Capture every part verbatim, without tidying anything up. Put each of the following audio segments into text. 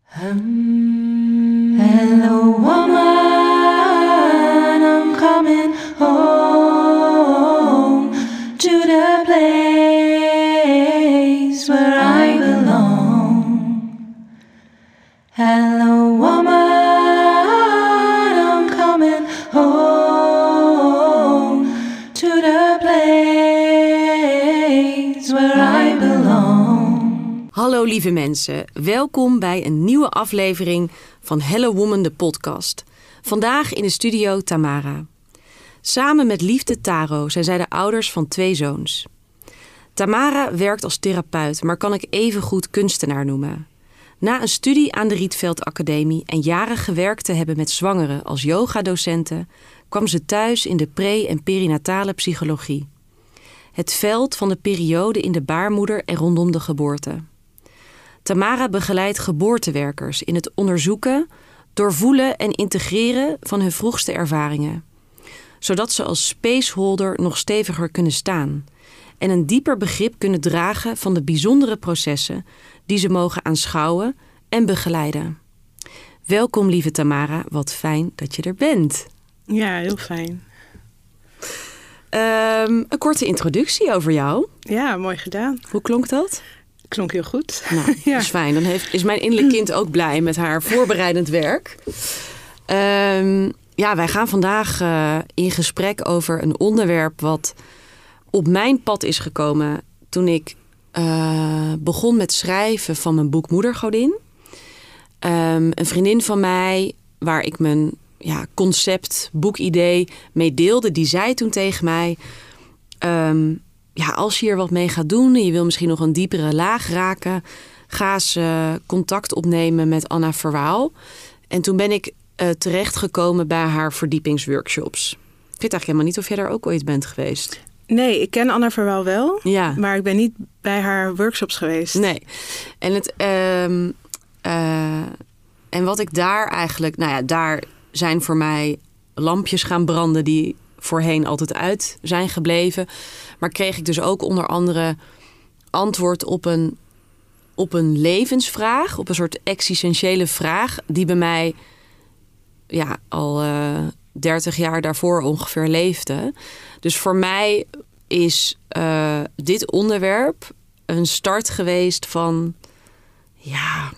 Um, hello woman, I'm coming home to the place where I belong. Hello woman, I'm coming home to the place where I belong. Hallo lieve mensen, welkom bij een nieuwe aflevering van Hello Woman, de podcast. Vandaag in de studio Tamara. Samen met Liefde Taro zijn zij de ouders van twee zoons. Tamara werkt als therapeut, maar kan ik evengoed kunstenaar noemen. Na een studie aan de Rietveld Academie en jaren gewerkt te hebben met zwangeren als yogadocenten, kwam ze thuis in de pre- en perinatale psychologie. Het veld van de periode in de baarmoeder en rondom de geboorte. Tamara begeleidt geboortewerkers in het onderzoeken, doorvoelen en integreren van hun vroegste ervaringen. Zodat ze als spaceholder nog steviger kunnen staan en een dieper begrip kunnen dragen van de bijzondere processen die ze mogen aanschouwen en begeleiden. Welkom lieve Tamara, wat fijn dat je er bent. Ja, heel fijn. Um, een korte introductie over jou. Ja, mooi gedaan. Hoe klonk dat? Klonk heel goed. Nou, ja. Dat is fijn. Dan heeft, is mijn innerlijk kind ook blij met haar voorbereidend werk. Um, ja, wij gaan vandaag uh, in gesprek over een onderwerp wat op mijn pad is gekomen toen ik uh, begon met schrijven van mijn boek Moedergodin. Um, een vriendin van mij, waar ik mijn ja, concept, boekidee mee deelde, die zei toen tegen mij: Um, ja, als je hier wat mee gaat doen en je wil misschien nog een diepere laag raken, ga eens uh, contact opnemen met Anna Verwaal. En toen ben ik uh, terechtgekomen bij haar verdiepingsworkshops. Ik weet eigenlijk helemaal niet of jij daar ook ooit bent geweest. Nee, ik ken Anna Verwaal wel, ja. Maar ik ben niet bij haar workshops geweest. Nee. En, het, um, uh, en wat ik daar eigenlijk... Nou ja, daar zijn voor mij lampjes gaan branden die voorheen altijd uit zijn gebleven. Maar kreeg ik dus ook onder andere antwoord op een, op een levensvraag, op een soort existentiële vraag die bij mij ja, al uh, dertig jaar daarvoor ongeveer leefde. Dus voor mij is uh, dit onderwerp een start geweest van ja,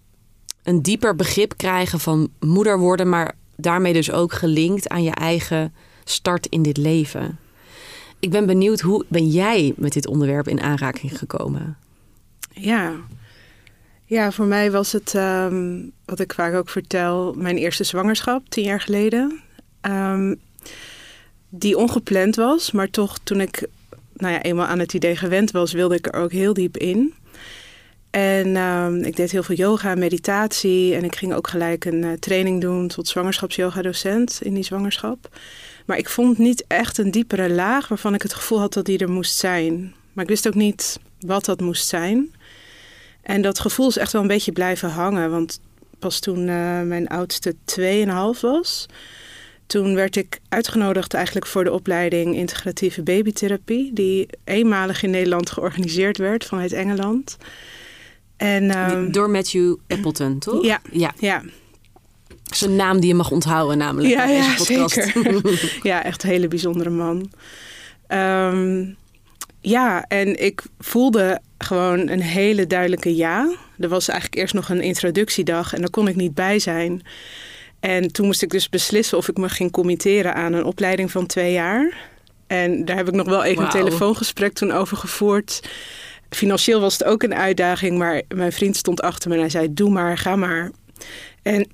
een dieper begrip krijgen van moeder worden, maar daarmee dus ook gelinkt aan je eigen start in dit leven. Ik ben benieuwd, hoe ben jij met dit onderwerp in aanraking gekomen? Ja, ja voor mij was het, um, wat ik vaak ook vertel, mijn eerste zwangerschap, tien jaar geleden. Um, die ongepland was, maar toch toen ik nou ja, eenmaal aan het idee gewend was, wilde ik er ook heel diep in. En um, ik deed heel veel yoga en meditatie en ik ging ook gelijk een uh, training doen tot zwangerschapsyoga-docent in die zwangerschap. Maar ik vond niet echt een diepere laag waarvan ik het gevoel had dat die er moest zijn. Maar ik wist ook niet wat dat moest zijn. En dat gevoel is echt wel een beetje blijven hangen. Want pas toen uh, mijn oudste tweeënhalf was, toen werd ik uitgenodigd eigenlijk voor de opleiding integratieve babytherapie, die eenmalig in Nederland georganiseerd werd vanuit Engeland. En, um, door Matthew Appleton, toch? Ja, ja. ja. Dat is een naam die je mag onthouden namelijk ja, bij deze ja, podcast. Zeker. Ja, echt een hele bijzondere man. Um, ja, en ik voelde gewoon een hele duidelijke ja. Er was eigenlijk eerst nog een introductiedag en daar kon ik niet bij zijn. En toen moest ik dus beslissen of ik me ging committeren aan een opleiding van twee jaar. En daar heb ik nog wel even wow. een telefoongesprek toen over gevoerd. Financieel was het ook een uitdaging, maar mijn vriend stond achter me en hij zei: doe maar, ga maar. En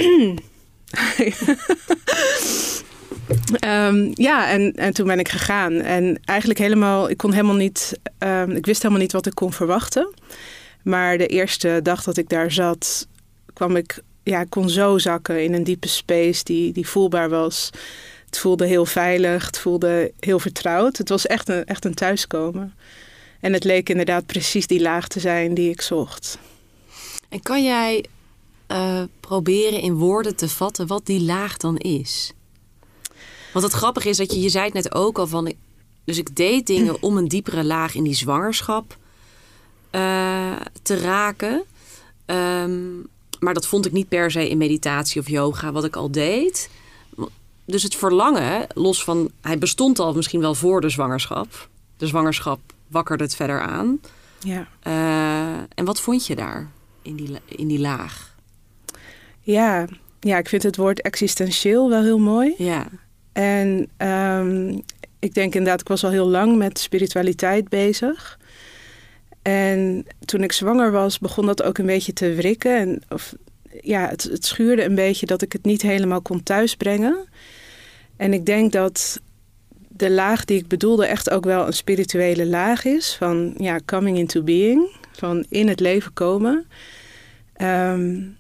um, ja, en, en toen ben ik gegaan. En eigenlijk helemaal, ik kon helemaal niet, um, ik wist helemaal niet wat ik kon verwachten. Maar de eerste dag dat ik daar zat, kwam ik, ja, ik kon zo zakken in een diepe space die, die voelbaar was. Het voelde heel veilig, het voelde heel vertrouwd. Het was echt een, echt een thuiskomen. En het leek inderdaad precies die laag te zijn die ik zocht. En kan jij uh, proberen in woorden te vatten wat die laag dan is? Want het grappige is dat je, je zei het net ook al van, dus ik deed dingen om een diepere laag in die zwangerschap uh, te raken. Um, maar dat vond ik niet per se in meditatie of yoga, wat ik al deed. Dus het verlangen, los van... Hij bestond al misschien wel voor de zwangerschap. De zwangerschap wakkerde het verder aan. Ja. Uh, en wat vond je daar in die, in die laag? Ja, ja, ik vind het woord existentieel wel heel mooi. Ja. En um, ik denk inderdaad, ik was al heel lang met spiritualiteit bezig. En toen ik zwanger was, begon dat ook een beetje te wrikken. En, of, ja, het, het schuurde een beetje dat ik het niet helemaal kon thuisbrengen. En ik denk dat de laag die ik bedoelde echt ook wel een spirituele laag is. Van ja, coming into being. Van in het leven komen. Um,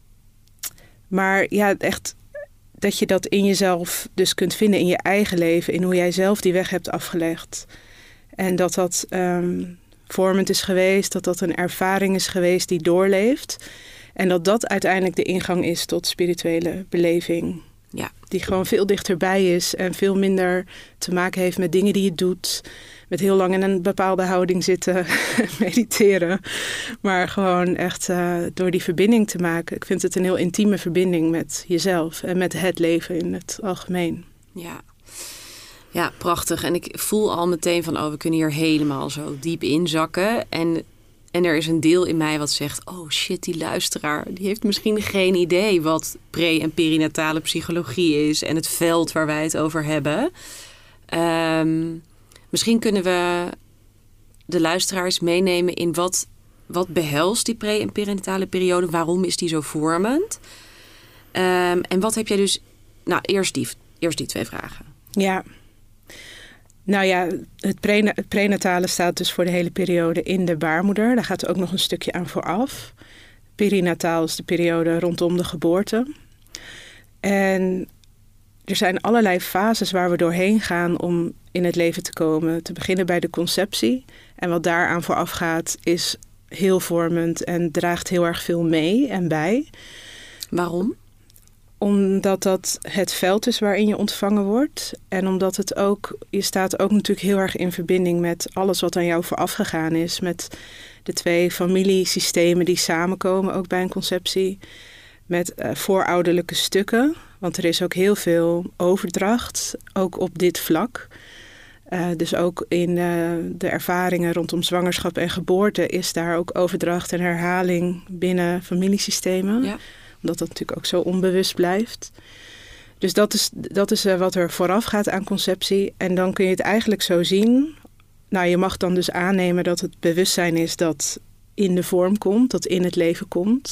maar ja, echt dat je dat in jezelf dus kunt vinden in je eigen leven. In hoe jij zelf die weg hebt afgelegd. En dat dat um, vormend is geweest. Dat dat een ervaring is geweest die doorleeft. En dat dat uiteindelijk de ingang is tot spirituele beleving. Ja. Die gewoon veel dichterbij is en veel minder te maken heeft met dingen die je doet. Met heel lang in een bepaalde houding zitten, mediteren. Maar gewoon echt uh, door die verbinding te maken. Ik vind het een heel intieme verbinding met jezelf en met het leven in het algemeen. Ja. Ja, prachtig. En ik voel al meteen van, oh, we kunnen hier helemaal zo diep inzakken. En... En er is een deel in mij wat zegt... oh shit, die luisteraar die heeft misschien geen idee... wat pre- en perinatale psychologie is... en het veld waar wij het over hebben. Um, misschien kunnen we de luisteraars meenemen... in wat, wat behelst die pre- en perinatale periode? Waarom is die zo vormend? Um, en wat heb jij dus... Nou, eerst die, eerst die twee vragen. Ja. Nou ja, het, pre- het prenatale staat dus voor de hele periode in de baarmoeder. Daar gaat er ook nog een stukje aan vooraf. Perinataal is de periode rondom de geboorte. En er zijn allerlei fases waar we doorheen gaan om in het leven te komen. Te beginnen bij de conceptie. En wat daaraan vooraf gaat is heel vormend en draagt heel erg veel mee en bij. Waarom? Omdat dat het veld is waarin je ontvangen wordt. En omdat het ook, je staat ook natuurlijk heel erg in verbinding met alles wat aan jou vooraf gegaan is. Met de twee familiesystemen die samenkomen, ook bij een conceptie. Met uh, voorouderlijke stukken. Want er is ook heel veel overdracht, ook op dit vlak. Uh, dus ook in uh, de ervaringen rondom zwangerschap en geboorte is daar ook overdracht en herhaling binnen familiesystemen. Ja. Omdat dat natuurlijk ook zo onbewust blijft. Dus dat is, dat is uh, wat er vooraf gaat aan conceptie. En dan kun je het eigenlijk zo zien. Nou, je mag dan dus aannemen dat het bewustzijn is dat in de vorm komt. Dat in het leven komt.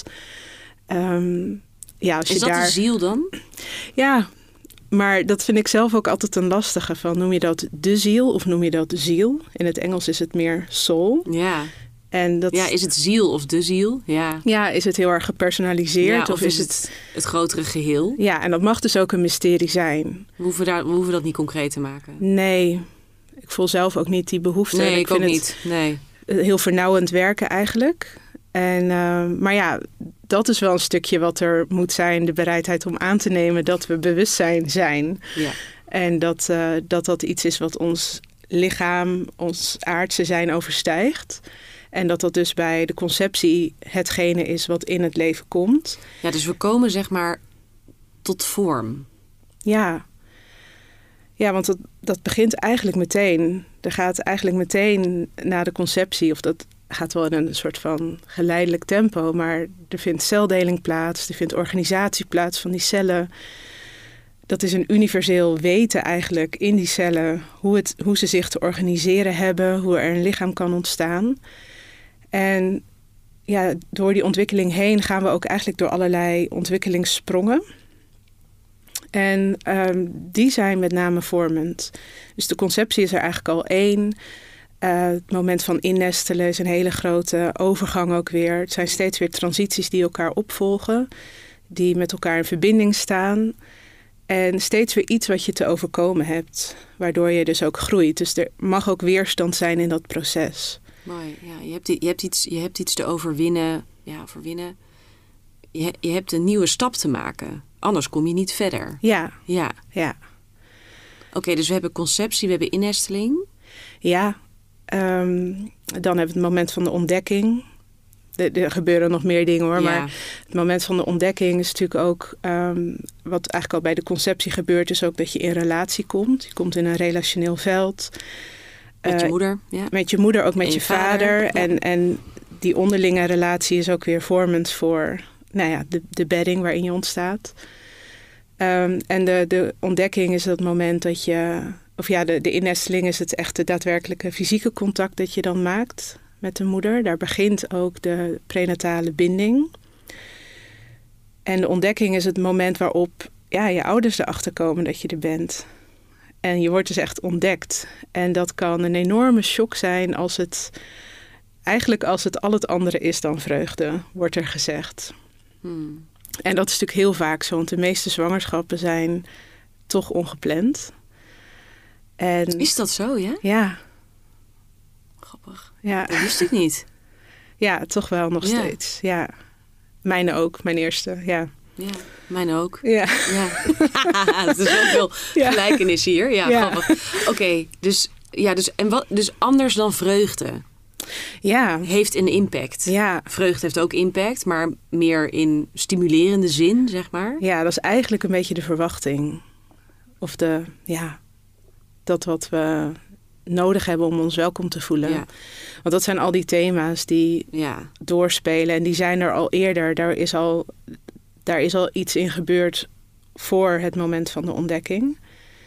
Um, ja, als is je dat daar... de ziel dan? Ja, maar dat vind ik zelf ook altijd een lastige. Van, noem je dat de ziel of noem je dat de ziel? In het Engels is het meer soul. Ja. En dat, ja, is het ziel of de ziel? Ja, ja, is het heel erg gepersonaliseerd? Ja, of, of is het het, het grotere geheel? Ja, en dat mag dus ook een mysterie zijn. We hoeven, daar, we hoeven dat niet concreet te maken. Nee, ik voel zelf ook niet die behoefte. Nee, ik, ik ook vind niet. Nee. Het heel vernauwend werken eigenlijk. En, uh, maar ja, dat is wel een stukje wat er moet zijn. De bereidheid om aan te nemen dat we bewustzijn zijn. Ja. En dat, uh, dat dat iets is wat ons lichaam, ons aardse zijn overstijgt. En dat dat dus bij de conceptie hetgene is wat in het leven komt. Ja, dus we komen zeg maar tot vorm. Ja. Ja, want dat, dat begint eigenlijk meteen. Er gaat eigenlijk meteen na de conceptie, of dat gaat wel in een soort van geleidelijk tempo, maar er vindt celdeling plaats, er vindt organisatie plaats van die cellen. Dat is een universeel weten eigenlijk in die cellen, hoe, het, hoe ze zich te organiseren hebben, hoe er een lichaam kan ontstaan. En ja, door die ontwikkeling heen gaan we ook eigenlijk door allerlei ontwikkelingssprongen. En um, die zijn met name vormend. Dus de conceptie is er eigenlijk al één. Uh, het moment van innestelen is een hele grote overgang ook weer. Het zijn steeds weer transities die elkaar opvolgen. Die met elkaar in verbinding staan. En steeds weer iets wat je te overkomen hebt. Waardoor je dus ook groeit. Dus er mag ook weerstand zijn in dat proces. Mooi, ja. Je hebt, je hebt, iets, je hebt iets te overwinnen. Ja, overwinnen. Je, je hebt een nieuwe stap te maken. Anders kom je niet verder. Ja. Ja. ja. Oké, okay, dus we hebben conceptie, we hebben innesteling. Ja. Um, dan hebben we het moment van de ontdekking. er, er gebeuren nog meer dingen hoor. Ja. Maar het moment van de ontdekking is natuurlijk ook... Um, wat eigenlijk al bij de conceptie gebeurt... is ook dat je in relatie komt. Je komt in een relationeel veld. Met je Uh, moeder, ja. Met je moeder, ook met En je, je vader. vader, ja. en, en die onderlinge relatie is ook weer vormend voor... nou ja, de, de bedding waarin je ontstaat. Um, en de, de ontdekking is het moment dat je... of ja, de, de innesteling is het echte daadwerkelijke fysieke contact... dat je dan maakt met de moeder. Daar begint ook de prenatale binding. En de ontdekking is het moment waarop ja, je ouders erachter komen dat je er bent. En je wordt dus echt ontdekt. En dat kan een enorme shock zijn als het... eigenlijk als het al het andere is dan vreugde, wordt er gezegd. Hmm. En dat is natuurlijk heel vaak zo, want de meeste zwangerschappen zijn toch ongepland. En, Is dat zo, ja? Ja. Grappig. Ja. Dat wist ik niet. Ja, toch wel nog Ja. steeds. Ja. Mijne ook, mijn eerste, ja. Ja, mijn ook. Ja. Ja. Het is wel veel Ja. gelijkenis hier. Ja, Ja. grappig. Oké, okay, dus, ja, dus, en wat, dus anders dan vreugde Ja. heeft een impact. Ja. Vreugde heeft ook impact, maar meer in stimulerende zin, zeg maar. Ja, dat is eigenlijk een beetje de verwachting. Of de, ja, dat wat we nodig hebben om ons welkom te voelen. Ja. Want dat zijn al die thema's die Ja. doorspelen. En die zijn er al eerder. Daar is al, daar is al iets in gebeurd voor het moment van de ontdekking.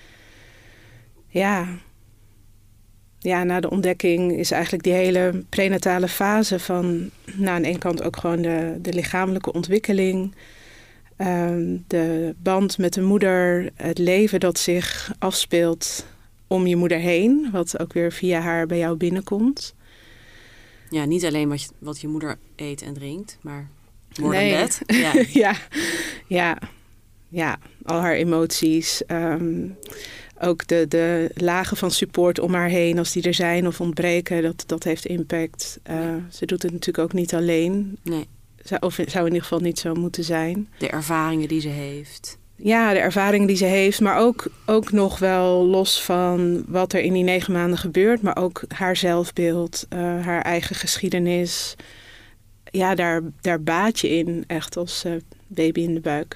Ja. Ja, na de ontdekking is eigenlijk die hele prenatale fase van... nou, aan de ene kant ook gewoon de, de lichamelijke ontwikkeling... Um, de band met de moeder, het leven dat zich afspeelt om je moeder heen... wat ook weer via haar bij jou binnenkomt. Ja, niet alleen wat je, wat je moeder eet en drinkt, maar more Nee. than that. Ja. ja, ja, ja, al haar emoties. Um, ook de, de lagen van support om haar heen, als die er zijn of ontbreken, dat, dat heeft impact. Uh, Ja. Ze doet het natuurlijk ook niet alleen. Nee, Zou, of zou in ieder geval niet zo moeten zijn. de ervaringen die ze heeft. Ja, de ervaringen die ze heeft, maar ook, ook nog wel los van wat er in die negen maanden gebeurt. Maar ook haar zelfbeeld, uh, haar eigen geschiedenis. Ja, daar, daar baat je in, echt als uh, baby in de buik.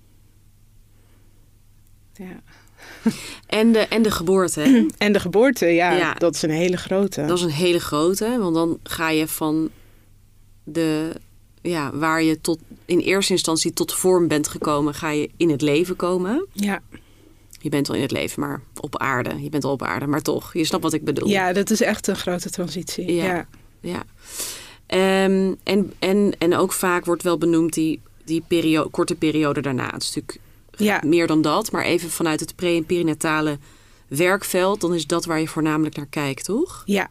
Ja. En de, en de geboorte, hè? En de geboorte, ja, Ja. dat is een hele grote. Dat is een hele grote, want dan ga je van de, ja, waar je tot in eerste instantie tot vorm bent gekomen, ga je in het leven komen. Ja. Je bent al in het leven, maar op aarde. Je bent al op aarde, maar toch. Je snapt wat ik bedoel. Ja, dat is echt een grote transitie. Ja. Ja. Ja. Um, en, en, en ook vaak wordt wel benoemd die, die perio- korte periode daarna. Het is natuurlijk Ja. meer dan dat, maar even vanuit het pre- en perinatale werkveld, dan is dat waar je voornamelijk naar kijkt, toch? Ja.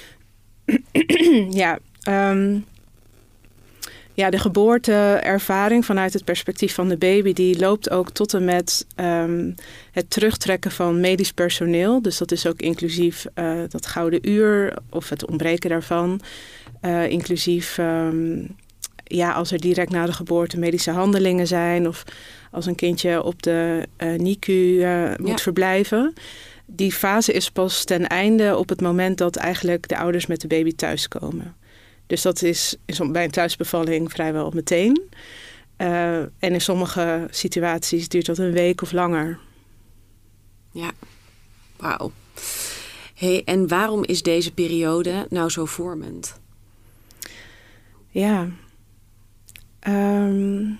ja. Um, ja, de geboorteervaring vanuit het perspectief van de baby, die loopt ook tot en met um, het terugtrekken van medisch personeel. Dus dat is ook inclusief uh, dat gouden uur of het ontbreken daarvan. Uh, inclusief um, ja, als er direct na de geboorte medische handelingen zijn of als een kindje op de uh, N I C U uh, moet Ja. verblijven. Die fase is pas ten einde op het moment dat eigenlijk de ouders met de baby thuiskomen. Dus dat is, is bij een thuisbevalling vrijwel meteen. Uh, en in sommige situaties duurt dat een week of langer. Ja, wauw. Hey, en waarom is deze periode nou zo vormend? Ja. Um,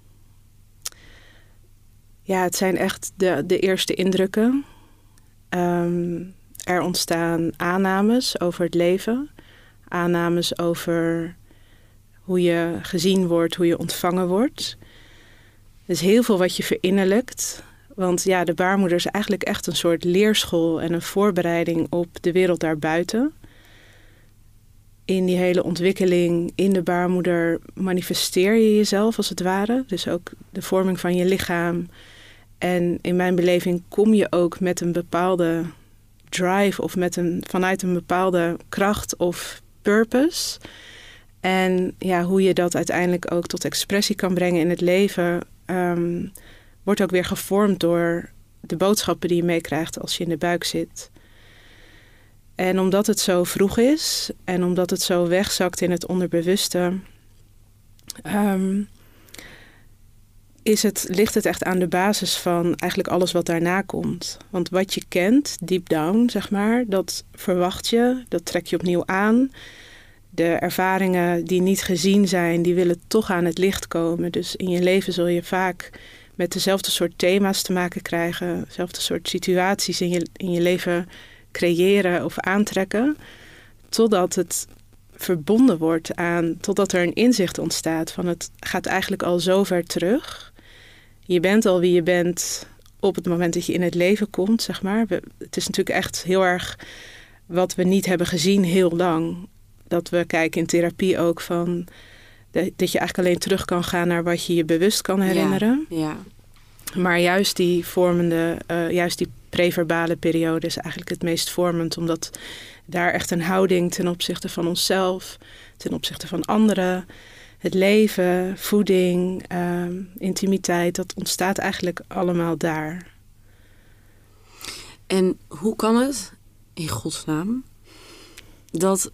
ja, het zijn echt de, de eerste indrukken. Um, er ontstaan aannames over het leven. Aannames over hoe je gezien wordt, hoe je ontvangen wordt. Er is heel veel wat je verinnerlijkt. Want ja, de baarmoeder is eigenlijk echt een soort leerschool en een voorbereiding op de wereld daarbuiten. In die hele ontwikkeling in de baarmoeder manifesteer je jezelf als het ware. Dus ook de vorming van je lichaam. En in mijn beleving kom je ook met een bepaalde drive of met een, vanuit een bepaalde kracht of purpose. En ja, hoe je dat uiteindelijk ook tot expressie kan brengen in het leven, um, wordt ook weer gevormd door de boodschappen die je meekrijgt als je in de buik zit. En omdat het zo vroeg is en omdat het zo wegzakt in het onderbewuste, um, is het, ligt het echt aan de basis van eigenlijk alles wat daarna komt. Want wat je kent, deep down, zeg maar, dat verwacht je, dat trek je opnieuw aan. De ervaringen die niet gezien zijn, die willen toch aan het licht komen. Dus in je leven zul je vaak met dezelfde soort thema's te maken krijgen, dezelfde soort situaties in je, in je leven creëren of aantrekken, totdat het verbonden wordt aan, totdat er een inzicht ontstaat van het gaat eigenlijk al zo ver terug. Je bent al wie je bent op het moment dat je in het leven komt, zeg maar. We, het is natuurlijk echt heel erg wat we niet hebben gezien heel lang. Dat we kijken in therapie ook van de, dat je eigenlijk alleen terug kan gaan naar wat je je bewust kan herinneren. Ja, ja. Maar juist die vormende, uh, juist die preverbale periode is eigenlijk het meest vormend, omdat daar echt een houding ten opzichte van onszelf, ten opzichte van anderen, het leven, voeding, uh, intimiteit, dat ontstaat eigenlijk allemaal daar. En hoe kan het, in godsnaam, dat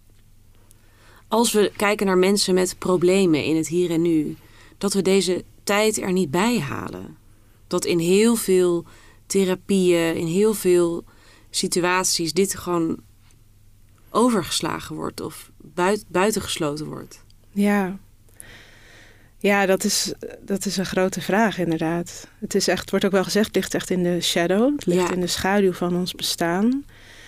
als we kijken naar mensen met problemen in het hier en nu, dat we deze tijd er niet bij halen? Dat in heel veel therapieën, in heel veel situaties dit gewoon overgeslagen wordt of buit, buitengesloten wordt. Ja, ja dat, is, dat is een grote vraag inderdaad. Het is echt, wordt ook wel gezegd, het ligt echt in de shadow. Het ligt ja. in de schaduw van ons bestaan.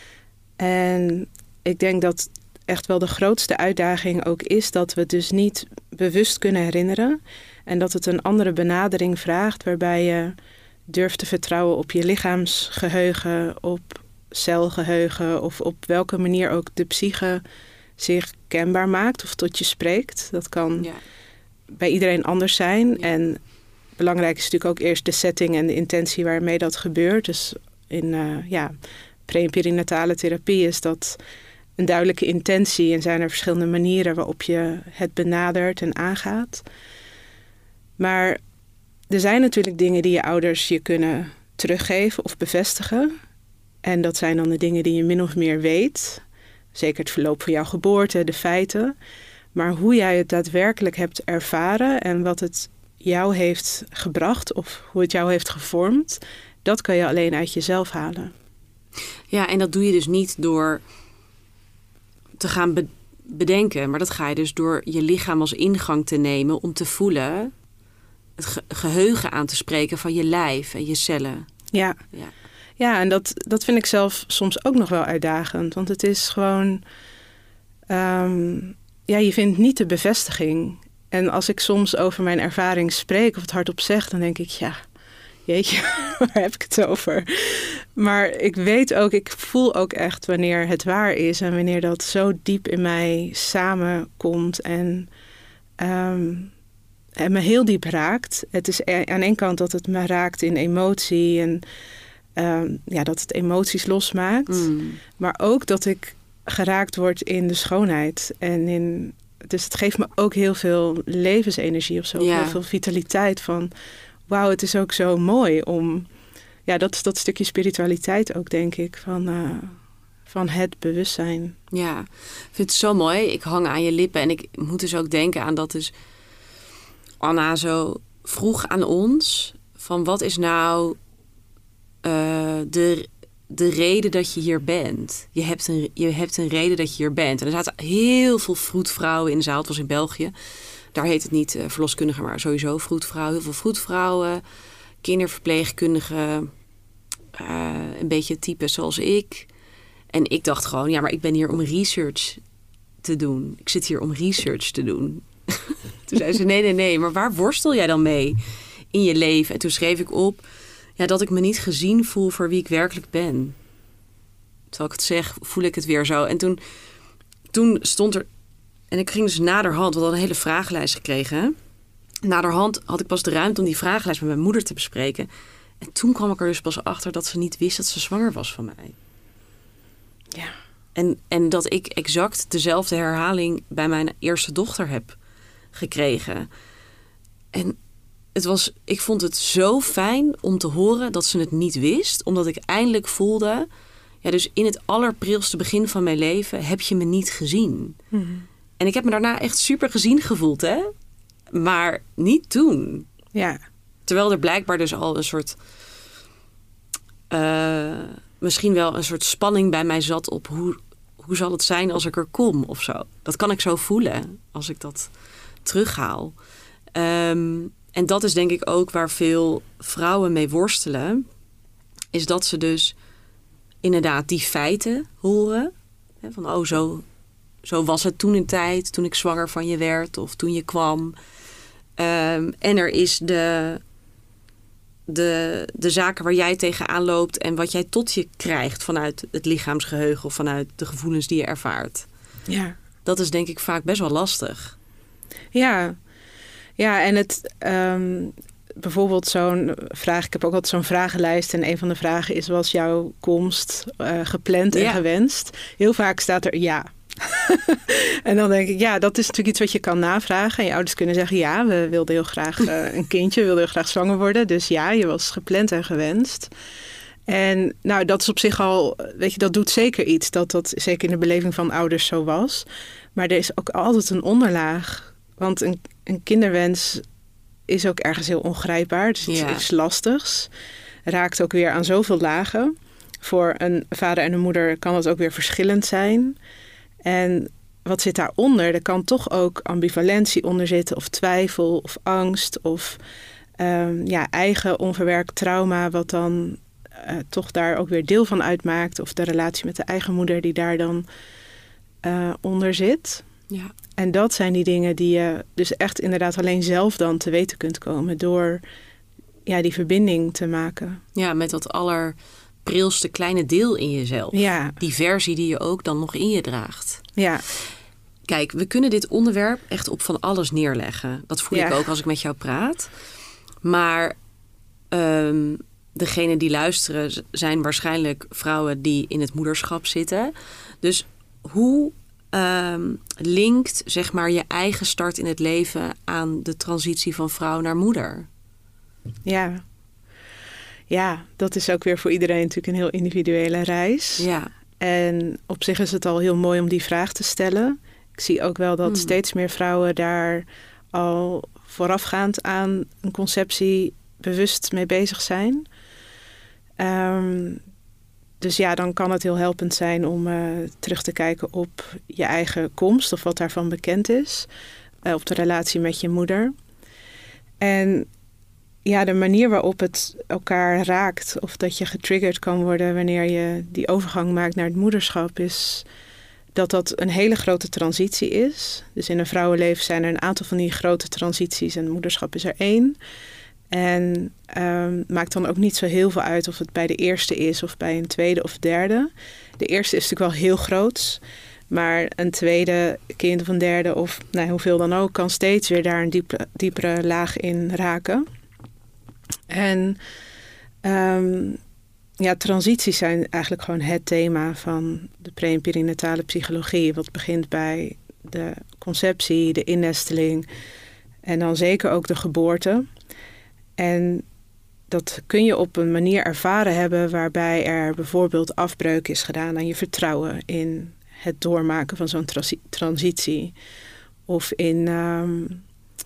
En ik denk dat echt wel de grootste uitdaging ook is dat we het dus niet bewust kunnen herinneren. En dat het een andere benadering vraagt waarbij je durft te vertrouwen op je lichaamsgeheugen, op celgeheugen of op welke manier ook de psyche zich kenbaar maakt of tot je spreekt. Dat kan ja. bij iedereen anders zijn. Ja. En belangrijk is natuurlijk ook eerst de setting en de intentie waarmee dat gebeurt. Dus in uh, ja, pre- en perinatale therapie is dat een duidelijke intentie en zijn er verschillende manieren waarop je het benadert en aangaat. Maar er zijn natuurlijk dingen die je ouders je kunnen teruggeven of bevestigen. En dat zijn dan de dingen die je min of meer weet. Zeker het verloop van jouw geboorte, de feiten. Maar hoe jij het daadwerkelijk hebt ervaren en wat het jou heeft gebracht of hoe het jou heeft gevormd, dat kan je alleen uit jezelf halen. Ja, en dat doe je dus niet door te gaan be- bedenken. Maar dat ga je dus door je lichaam als ingang te nemen om te voelen, het ge- geheugen aan te spreken van je lijf en je cellen. Ja, ja. ja en dat, dat vind ik zelf soms ook nog wel uitdagend. Want het is gewoon, um, ja, je vindt niet de bevestiging. En als ik soms over mijn ervaring spreek of het hardop zeg, dan denk ik, ja, jeetje, waar heb ik het over? Maar ik weet ook, ik voel ook echt wanneer het waar is en wanneer dat zo diep in mij samenkomt en, um, en me heel diep raakt. Het is aan één kant dat het me raakt in emotie en um, ja, dat het emoties losmaakt. Mm. Maar ook dat ik geraakt word in de schoonheid en in, dus het geeft me ook heel veel levensenergie of zo, ja. heel veel vitaliteit van, wauw, het is ook zo mooi om, ja, dat is dat stukje spiritualiteit ook, denk ik, van, uh, van het bewustzijn. Ja, ik vind het zo mooi. Ik hang aan je lippen en ik moet dus ook denken aan dat dus Anna zo vroeg aan ons van wat is nou uh, de, de reden dat je hier bent. Je hebt, een, je hebt een reden dat je hier bent. En er zaten heel veel vroedvrouwen in de zaal. Het was in België. Daar heet het niet uh, verloskundige, maar sowieso vroedvrouw. Heel veel vroedvrouwen, kinderverpleegkundigen, uh, een beetje type zoals ik. En ik dacht gewoon, ja, maar ik ben hier om research te doen. Ik zit hier om research te doen. Toen zei ze, nee, nee, nee, maar waar worstel jij dan mee in je leven? En toen schreef ik op, ja, dat ik me niet gezien voel voor wie ik werkelijk ben. Terwijl ik het zeg, voel ik het weer zo. En toen, toen stond er, en ik ging dus naderhand, we hadden een hele vragenlijst gekregen. Naderhand had ik pas de ruimte om die vragenlijst met mijn moeder te bespreken. En toen kwam ik er dus pas achter dat ze niet wist dat ze zwanger was van mij. Ja. En, en dat ik exact dezelfde herhaling bij mijn eerste dochter heb gekregen. En het was, ik vond het zo fijn om te horen dat ze het niet wist. Omdat ik eindelijk voelde, ja, dus in het allerprilste begin van mijn leven heb je me niet gezien. Mm-hmm. En ik heb me daarna echt super gezien gevoeld, hè? Maar niet toen. Ja. Terwijl er blijkbaar dus al een soort... Uh, misschien wel een soort spanning bij mij zat op hoe, hoe zal het zijn als ik er kom of zo. Dat kan ik zo voelen als ik dat terughaal. Um, en dat is denk ik ook waar veel vrouwen mee worstelen. Is dat ze dus inderdaad die feiten horen. Hè, van oh, zo, zo was het toen in tijd, toen ik zwanger van je werd of toen je kwam. Um, en er is de... De, de zaken waar jij tegenaan loopt en wat jij tot je krijgt vanuit het lichaamsgeheugen of vanuit de gevoelens die je ervaart. Ja. Dat is denk ik vaak best wel lastig. Ja, ja en het um, bijvoorbeeld zo'n vraag, ik heb ook altijd zo'n vragenlijst en een van de vragen is: was jouw komst uh, gepland en ja. gewenst? Heel vaak staat er ja. En dan denk ik, ja, dat is natuurlijk iets wat je kan navragen. En je ouders kunnen zeggen, ja, we wilden heel graag uh, een kindje, we wilden heel graag zwanger worden. Dus ja, je was gepland en gewenst. En nou, dat is op zich al, weet je, dat doet zeker iets. Dat dat zeker in de beleving van ouders zo was. Maar er is ook altijd een onderlaag. Want een, een kinderwens is ook ergens heel ongrijpbaar. Dus ja. het is lastigs. Raakt ook weer aan zoveel lagen. Voor een vader en een moeder kan dat ook weer verschillend zijn. En wat zit daaronder? Er kan toch ook ambivalentie onder zitten, of twijfel, of angst, of um, ja, eigen onverwerkt trauma, wat dan uh, toch daar ook weer deel van uitmaakt. Of de relatie met de eigen moeder die daar dan uh, onder zit. Ja. En dat zijn die dingen die je dus echt inderdaad alleen zelf dan te weten kunt komen door ja, die verbinding te maken. Ja, met dat aller... prilste kleine deel in jezelf. Ja. Die versie die je ook dan nog in je draagt. Ja. Kijk, we kunnen dit onderwerp echt op van alles neerleggen. Dat voel ja. ik ook als ik met jou praat. Maar um, degenen die luisteren zijn waarschijnlijk vrouwen die in het moederschap zitten. Dus hoe um, linkt zeg maar je eigen start in het leven aan de transitie van vrouw naar moeder? Ja. Ja, dat is ook weer voor iedereen natuurlijk een heel individuele reis. Ja. En op zich is het al heel mooi om die vraag te stellen. Ik zie ook wel dat hmm. steeds meer vrouwen daar al voorafgaand aan een conceptie bewust mee bezig zijn. Um, dus ja, dan kan het heel helpend zijn om uh, terug te kijken op je eigen komst of wat daarvan bekend is. Uh, op de relatie met je moeder. En ja, de manier waarop het elkaar raakt of dat je getriggerd kan worden wanneer je die overgang maakt naar het moederschap is dat dat een hele grote transitie is. Dus in een vrouwenleven zijn er een aantal van die grote transities en moederschap is er één. En um, maakt dan ook niet zo heel veel uit of het bij de eerste is of bij een tweede of derde. De eerste is natuurlijk wel heel groot, maar een tweede kind of een derde of nou, hoeveel dan ook kan steeds weer daar een diepe, diepere laag in raken. En um, ja, transities zijn eigenlijk gewoon het thema van de pre- en perinatale psychologie. Wat begint bij de conceptie, de innesteling en dan zeker ook de geboorte. En dat kun je op een manier ervaren hebben waarbij er bijvoorbeeld afbreuk is gedaan aan je vertrouwen in het doormaken van zo'n transi- transitie. Of in um,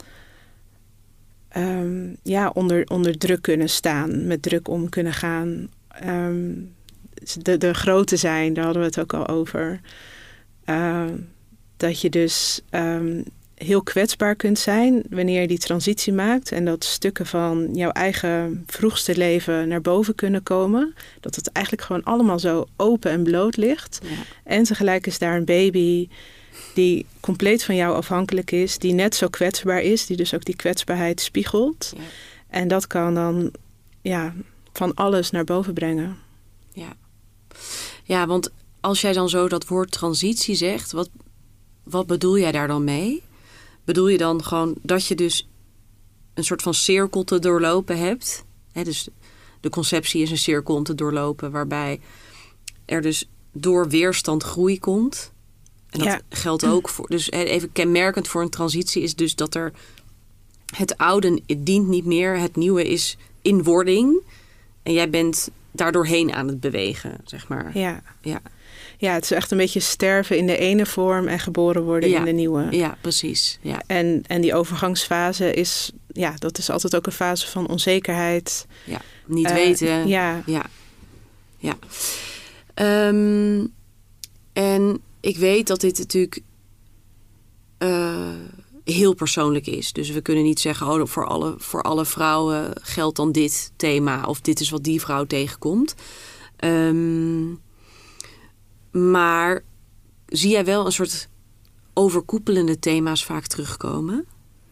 um, ja, onder, onder druk kunnen staan, met druk om kunnen gaan. Um, de, de grote zijn, daar hadden we het ook al over. Uh, dat je dus um, heel kwetsbaar kunt zijn wanneer je die transitie maakt. En dat stukken van jouw eigen vroegste leven naar boven kunnen komen. Dat het eigenlijk gewoon allemaal zo open en bloot ligt. Ja. En tegelijk is daar een baby die compleet van jou afhankelijk is. Die net zo kwetsbaar is. Die dus ook die kwetsbaarheid spiegelt. Ja. En dat kan dan ja, van alles naar boven brengen. Ja. Ja, want als jij dan zo dat woord transitie zegt, wat, wat bedoel jij daar dan mee? Bedoel je dan gewoon dat je dus een soort van cirkel te doorlopen hebt? He, dus de conceptie is een cirkel om te doorlopen waarbij er dus door weerstand groei komt. En dat ja. geldt ook voor, dus even kenmerkend voor een transitie is dus dat er het oude het dient niet meer, het nieuwe is in wording. En jij bent daardoorheen aan het bewegen, zeg maar. Ja. Ja. Ja, het is echt een beetje sterven in de ene vorm en geboren worden Ja. in de nieuwe. Ja, precies. Ja. En, en die overgangsfase is, ja, dat is altijd ook een fase van onzekerheid. Ja. Niet Uh, weten. Ja. Ja. Ja. Um, en ik weet dat dit natuurlijk uh, heel persoonlijk is. Dus we kunnen niet zeggen, oh, voor alle, voor alle vrouwen geldt dan dit thema. Of dit is wat die vrouw tegenkomt. Um, maar zie jij wel een soort overkoepelende thema's vaak terugkomen?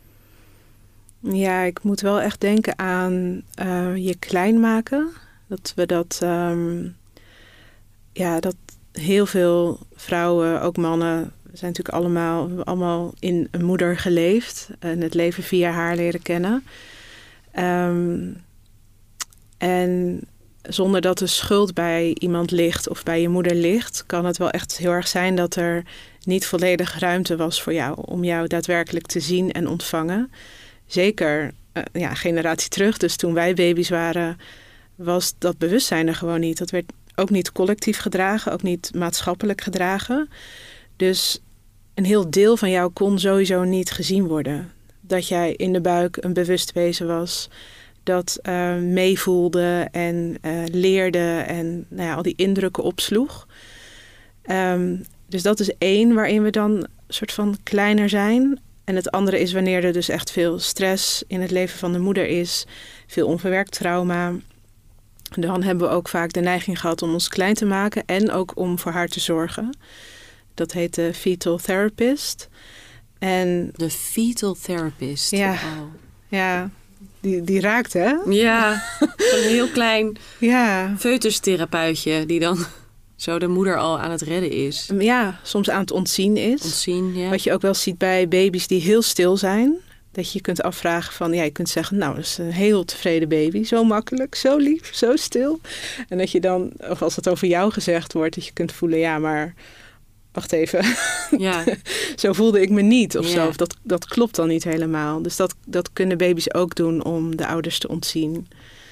Ja, ik moet wel echt denken aan uh, je klein maken. Dat we dat... Um, ja, dat heel veel vrouwen, ook mannen... We zijn natuurlijk allemaal, we hebben allemaal in een moeder geleefd. En het leven via haar leren kennen. Um, en zonder dat de schuld bij iemand ligt of bij je moeder ligt... kan het wel echt heel erg zijn dat er niet volledig ruimte was voor jou... om jou daadwerkelijk te zien en ontvangen. Zeker uh, ja, een generatie terug, dus toen wij baby's waren... was dat bewustzijn er gewoon niet. Dat werd ook niet collectief gedragen, ook niet maatschappelijk gedragen... Dus een heel deel van jou kon sowieso niet gezien worden. Dat jij in de buik een bewust wezen was. Dat uh, meevoelde en uh, leerde en nou ja, al die indrukken opsloeg. Um, dus dat is één waarin we dan een soort van kleiner zijn. En het andere is wanneer er dus echt veel stress in het leven van de moeder is. Veel onverwerkt trauma. Dan hebben we ook vaak de neiging gehad om ons klein te maken. En ook om voor haar te zorgen. Dat heet de fetal therapist. En de fetal therapist. Ja, oh. ja die, die raakt, hè? Ja, een heel klein ja. foetustherapeutje die dan zo de moeder al aan het redden is. Ja, soms aan het ontzien is. Ontzien, ja. Wat je ook wel ziet bij baby's die heel stil zijn. Dat je je kunt afvragen van, ja, je kunt zeggen, nou, dat is een heel tevreden baby. Zo makkelijk, zo lief, zo stil. En dat je dan, of als het over jou gezegd wordt, dat je kunt voelen, ja, maar... Wacht even, ja. Zo voelde ik me niet of ja. zo. Of dat, dat klopt dan niet helemaal. Dus dat, dat kunnen baby's ook doen om de ouders te ontzien.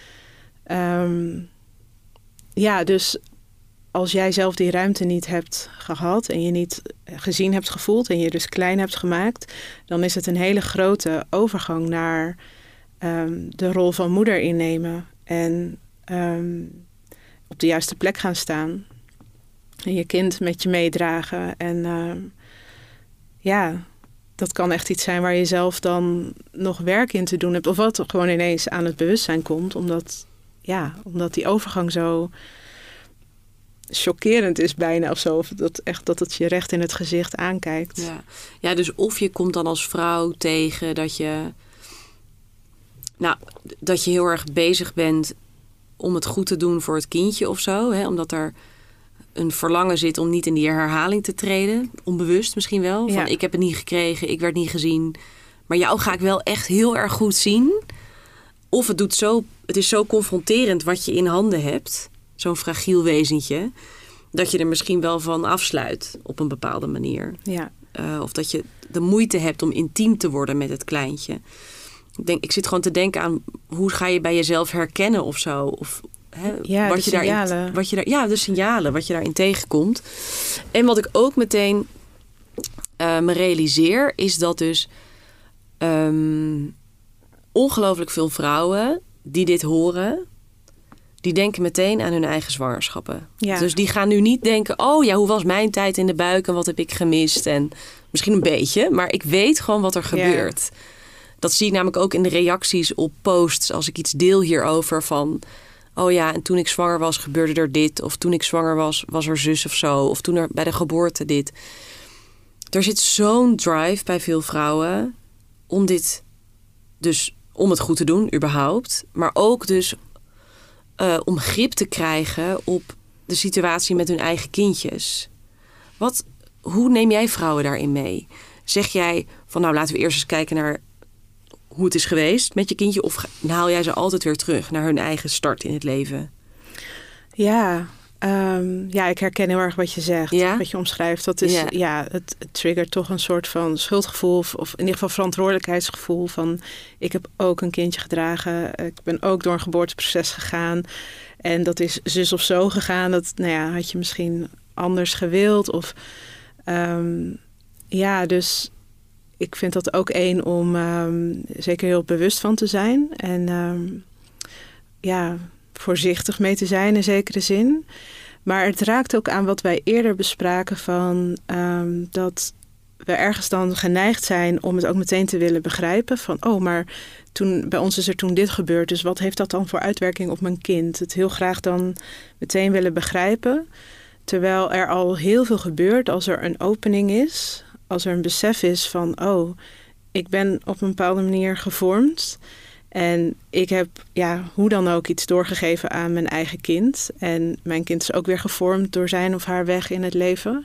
Um, ja, dus als jij zelf die ruimte niet hebt gehad... en je niet gezien hebt gevoeld en je dus klein hebt gemaakt... dan is het een hele grote overgang naar um, de rol van moeder innemen. En um, op de juiste plek gaan staan... En je kind met je meedragen. En uh, ja, dat kan echt iets zijn waar je zelf dan nog werk in te doen hebt. Of wat gewoon ineens aan het bewustzijn komt. Omdat, ja, omdat die overgang zo chockerend is bijna of zo. Of dat, echt, dat het je recht in het gezicht aankijkt. Ja. ja, dus of je komt dan als vrouw tegen dat je... Nou, dat je heel erg bezig bent om het goed te doen voor het kindje of zo. Hè? Omdat er... een verlangen zit om niet in die herhaling te treden. Onbewust misschien wel. Van, ja. Ik heb het niet gekregen, ik werd niet gezien. Maar jou ga ik wel echt heel erg goed zien. Of het, doet zo, het is zo confronterend wat je in handen hebt. Zo'n fragiel wezentje. Dat je er misschien wel van afsluit op een bepaalde manier. Ja. Uh, of dat je de moeite hebt om intiem te worden met het kleintje. Ik, denk, ik zit gewoon te denken aan hoe ga je bij jezelf herkennen of zo. Of... He, ja, wat de je signalen. Daarin, wat je daar, ja, de signalen, wat je daarin tegenkomt. En wat ik ook meteen uh, me realiseer, is dat dus um, ongelooflijk veel vrouwen die dit horen, die denken meteen aan hun eigen zwangerschappen. Ja. Dus die gaan nu niet denken, oh ja, hoe was mijn tijd in de buik en wat heb ik gemist? En misschien een beetje, maar ik weet gewoon wat er gebeurt. Ja. Dat zie ik namelijk ook in de reacties op posts als ik iets deel hierover van... oh ja, en toen ik zwanger was, gebeurde er dit. Of toen ik zwanger was, was er zus of zo. Of toen er bij de geboorte dit. Er zit zo'n drive bij veel vrouwen om dit dus om het goed te doen, überhaupt. Maar ook dus uh, om grip te krijgen op de situatie met hun eigen kindjes. Wat, hoe neem jij vrouwen daarin mee? Zeg jij van nou, laten we eerst eens kijken naar hoe het is geweest met je kindje? Of haal jij ze altijd weer terug naar hun eigen start in het leven? Ja, Um, ja, ik herken heel erg wat je zegt, Ja? wat je omschrijft. Dat is, Ja. ja, het, het triggert toch een soort van schuldgevoel... Of, of in ieder geval verantwoordelijkheidsgevoel van... ik heb ook een kindje gedragen, ik ben ook door een geboorteproces gegaan... en dat is zus of zo gegaan. Dat, nou ja, had je misschien anders gewild. Of, um, ja, dus ik vind dat ook één om um, zeker heel bewust van te zijn. En um, ja, voorzichtig mee te zijn in zekere zin. Maar het raakt ook aan wat wij eerder bespraken van um, dat we ergens dan geneigd zijn om het ook meteen te willen begrijpen. Van, oh, maar toen, bij ons is er toen dit gebeurd. Dus wat heeft dat dan voor uitwerking op mijn kind? Het heel graag dan meteen willen begrijpen. Terwijl er al heel veel gebeurt als er een opening is. Als er een besef is van, oh, ik ben op een bepaalde manier gevormd. En ik heb, ja, hoe dan ook iets doorgegeven aan mijn eigen kind. En mijn kind is ook weer gevormd door zijn of haar weg in het leven.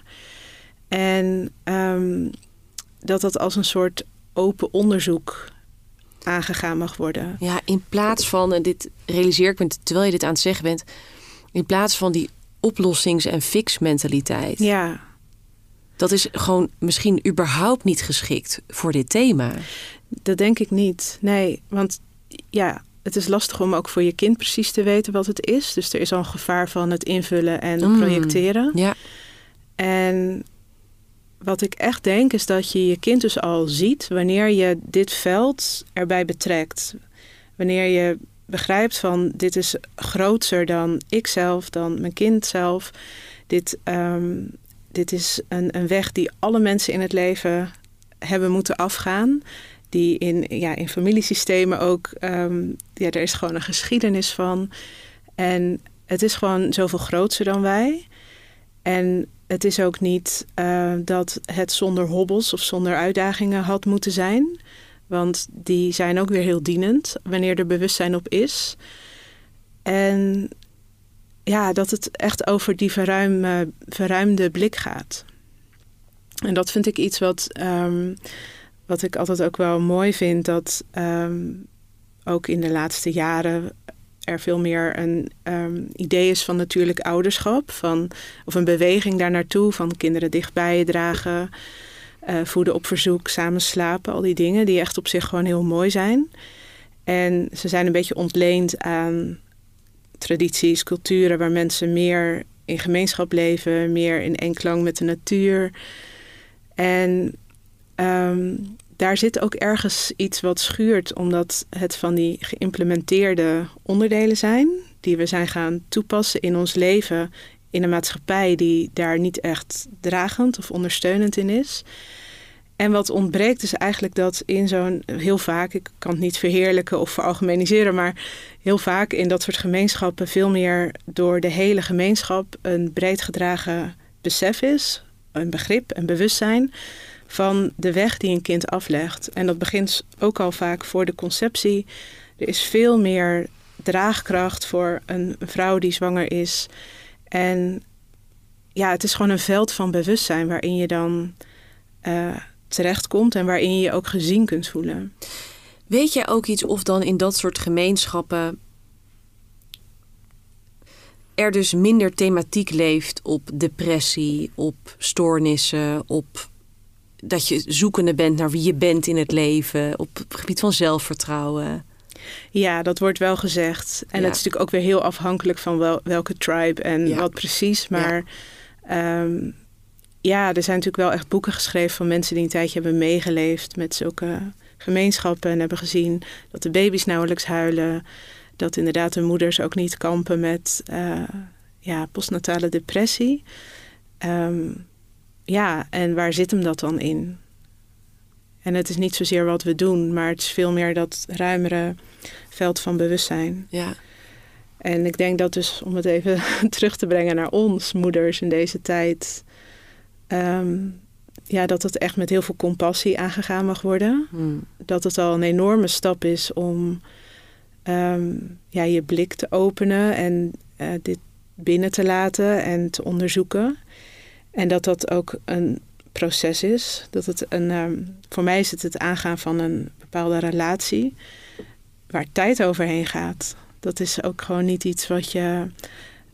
En um, dat dat als een soort open onderzoek aangegaan mag worden. Ja, in plaats van, en dit realiseer ik me terwijl je dit aan het zeggen bent... in plaats van die oplossings- en fix-mentaliteit. Ja. Dat is gewoon misschien überhaupt niet geschikt voor dit thema. Dat denk ik niet. Nee, want ja, het is lastig om ook voor je kind precies te weten wat het is. Dus er is al een gevaar van het invullen en Mm. projecteren. Ja. En wat ik echt denk is dat je je kind dus al ziet wanneer je dit veld erbij betrekt. Wanneer je begrijpt van dit is groter dan ikzelf, dan mijn kind zelf. Dit, um, dit is een, een weg die alle mensen in het leven hebben moeten afgaan. Die in, ja, in familiesystemen ook, um, ja, er is gewoon een geschiedenis van. En het is gewoon zoveel groter dan wij. En het is ook niet uh, dat het zonder hobbels of zonder uitdagingen had moeten zijn. Want die zijn ook weer heel dienend wanneer er bewustzijn op is. En ja, dat het echt over die verruim, verruimde blik gaat. En dat vind ik iets wat, um, wat ik altijd ook wel mooi vind. Dat um, ook in de laatste jaren er veel meer een um, idee is van natuurlijk ouderschap. Van, of een beweging daar naartoe van kinderen dichtbij je dragen. Uh, voeden op verzoek, samen slapen. Al die dingen die echt op zich gewoon heel mooi zijn. En ze zijn een beetje ontleend aan tradities, culturen waar mensen meer in gemeenschap leven, meer in enklang met de natuur. En um, daar zit ook ergens iets wat schuurt, omdat het van die geïmplementeerde onderdelen zijn, die we zijn gaan toepassen in ons leven, in een maatschappij die daar niet echt dragend of ondersteunend in is. En wat ontbreekt is eigenlijk dat in zo'n, heel vaak, ik kan het niet verheerlijken of veralgemeniseren, maar heel vaak in dat soort gemeenschappen veel meer door de hele gemeenschap een breed gedragen besef is, een begrip, een bewustzijn van de weg die een kind aflegt. En dat begint ook al vaak voor de conceptie. Er is veel meer draagkracht voor een vrouw die zwanger is. En ja, het is gewoon een veld van bewustzijn waarin je dan uh, terechtkomt en waarin je je ook gezien kunt voelen. Weet jij ook iets of dan in dat soort gemeenschappen er dus minder thematiek leeft op depressie, op stoornissen, op dat je zoekende bent naar wie je bent in het leven, op het gebied van zelfvertrouwen? Ja, dat wordt wel gezegd. En ja. Het is natuurlijk ook weer heel afhankelijk van wel, welke tribe en ja. wat precies. Maar ja. Um, ja, er zijn natuurlijk wel echt boeken geschreven van mensen die een tijdje hebben meegeleefd met zulke gemeenschappen en hebben gezien dat de baby's nauwelijks huilen, dat inderdaad de moeders ook niet kampen met uh, ja, postnatale depressie. Um, ja, en waar zit hem dat dan in? En het is niet zozeer wat we doen, maar het is veel meer dat ruimere veld van bewustzijn. Ja. En ik denk dat dus, om het even terug te brengen naar ons, moeders in deze tijd, um, ja, dat het echt met heel veel compassie aangegaan mag worden. Hmm. Dat het al een enorme stap is om um, ja, je blik te openen en uh, dit binnen te laten en te onderzoeken. En dat dat ook een proces is. Dat het een, um, voor mij is het het aangaan van een bepaalde relatie waar tijd overheen gaat. Dat is ook gewoon niet iets wat je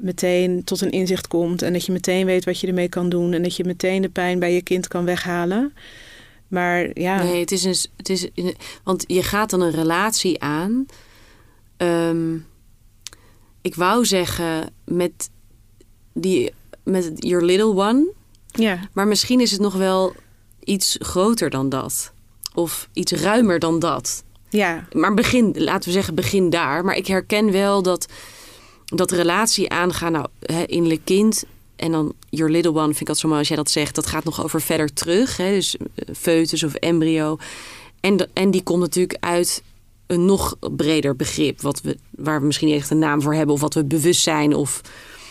meteen tot een inzicht komt en dat je meteen weet wat je ermee kan doen en dat je meteen de pijn bij je kind kan weghalen. Maar ja. Nee, het is een, het is een, want je gaat dan een relatie aan. Um, ik wou zeggen met die met your little one. Ja. Maar misschien is het nog wel iets groter dan dat. Of iets ruimer dan dat. Ja. Maar begin, laten we zeggen, begin daar. Maar ik herken wel dat dat relatie aangaan, nou, hè, innerlijk kind en dan your little one, vind ik dat zo mooi als jij dat zegt. Dat gaat nog over verder terug. Hè, dus foetus of embryo. En, en die komt natuurlijk uit een nog breder begrip. Wat we, waar we misschien niet echt een naam voor hebben. Of wat we bewustzijn of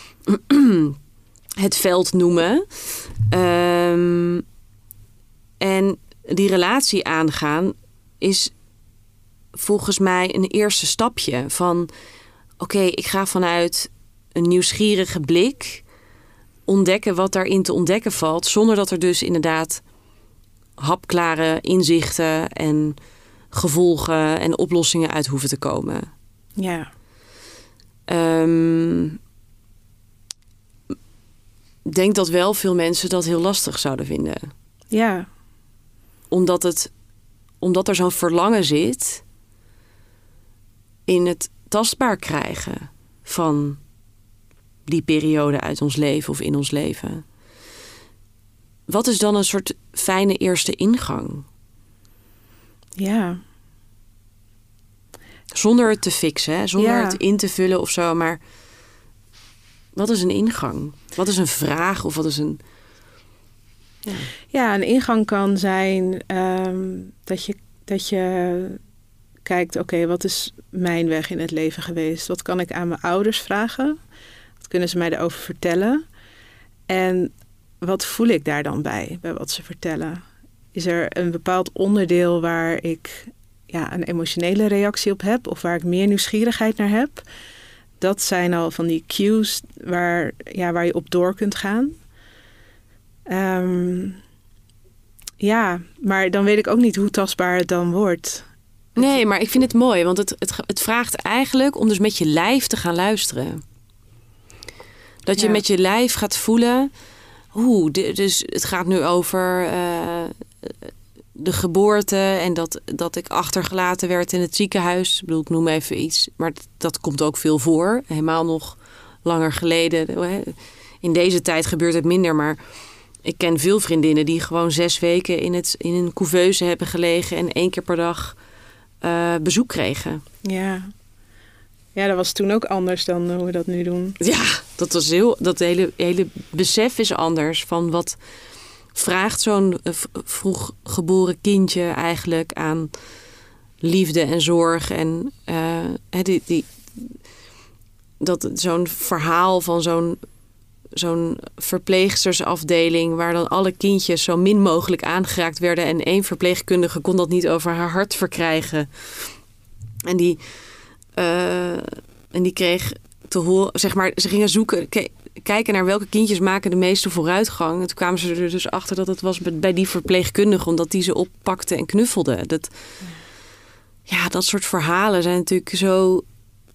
het veld noemen. Um, en die relatie aangaan is volgens mij een eerste stapje van oké, okay, ik ga vanuit een nieuwsgierige blik ontdekken wat daarin te ontdekken valt, zonder dat er dus inderdaad hapklare inzichten en gevolgen en oplossingen uit hoeven te komen. Ja. Um, ik denk dat wel veel mensen dat heel lastig zouden vinden. Ja. Omdat het, omdat er zo'n verlangen zit in het tastbaar krijgen van die periode uit ons leven of in ons leven. Wat is dan een soort fijne eerste ingang? Ja. Zonder het te fixen, hè? Zonder ja. het in te vullen of zo, maar wat is een ingang? Wat is een vraag of wat is een... Ja, ja een ingang kan zijn um, dat je, dat je kijkt, oké, okay, wat is mijn weg in het leven geweest? Wat kan ik aan mijn ouders vragen? Wat kunnen ze mij daarover vertellen? En wat voel ik daar dan bij, bij wat ze vertellen? Is er een bepaald onderdeel waar ik ja, een emotionele reactie op heb of waar ik meer nieuwsgierigheid naar heb? Dat zijn al van die cues waar, ja, waar je op door kunt gaan. Um, ja, maar dan weet ik ook niet hoe tastbaar het dan wordt. Nee, maar ik vind het mooi, want het, het, het vraagt eigenlijk om dus met je lijf te gaan luisteren. Dat je ja. met je lijf gaat voelen. Oeh, dus het gaat nu over uh, de geboorte en dat, dat ik achtergelaten werd in het ziekenhuis. Ik bedoel, ik noem even iets, maar dat, dat komt ook veel voor. Helemaal nog langer geleden. In deze tijd gebeurt het minder, maar ik ken veel vriendinnen die gewoon zes weken in, het, in een couveuse hebben gelegen en één keer per dag uh, bezoek kregen. Ja. Ja, dat was toen ook anders dan hoe we dat nu doen. Ja, dat was heel. Dat hele, hele besef is anders van wat vraagt zo'n uh, vroeg geboren kindje eigenlijk aan liefde en zorg en uh, die, die, dat zo'n verhaal van zo'n zo'n verpleegstersafdeling waar dan alle kindjes zo min mogelijk aangeraakt werden en één verpleegkundige kon dat niet over haar hart verkrijgen. En die uh, en die kreeg te horen, zeg maar, ze gingen zoeken, k- kijken naar welke kindjes maken de meeste vooruitgang. En toen kwamen ze er dus achter dat het was bij die verpleegkundige, omdat die ze oppakte en knuffelde. Dat, ja, dat soort verhalen zijn natuurlijk zo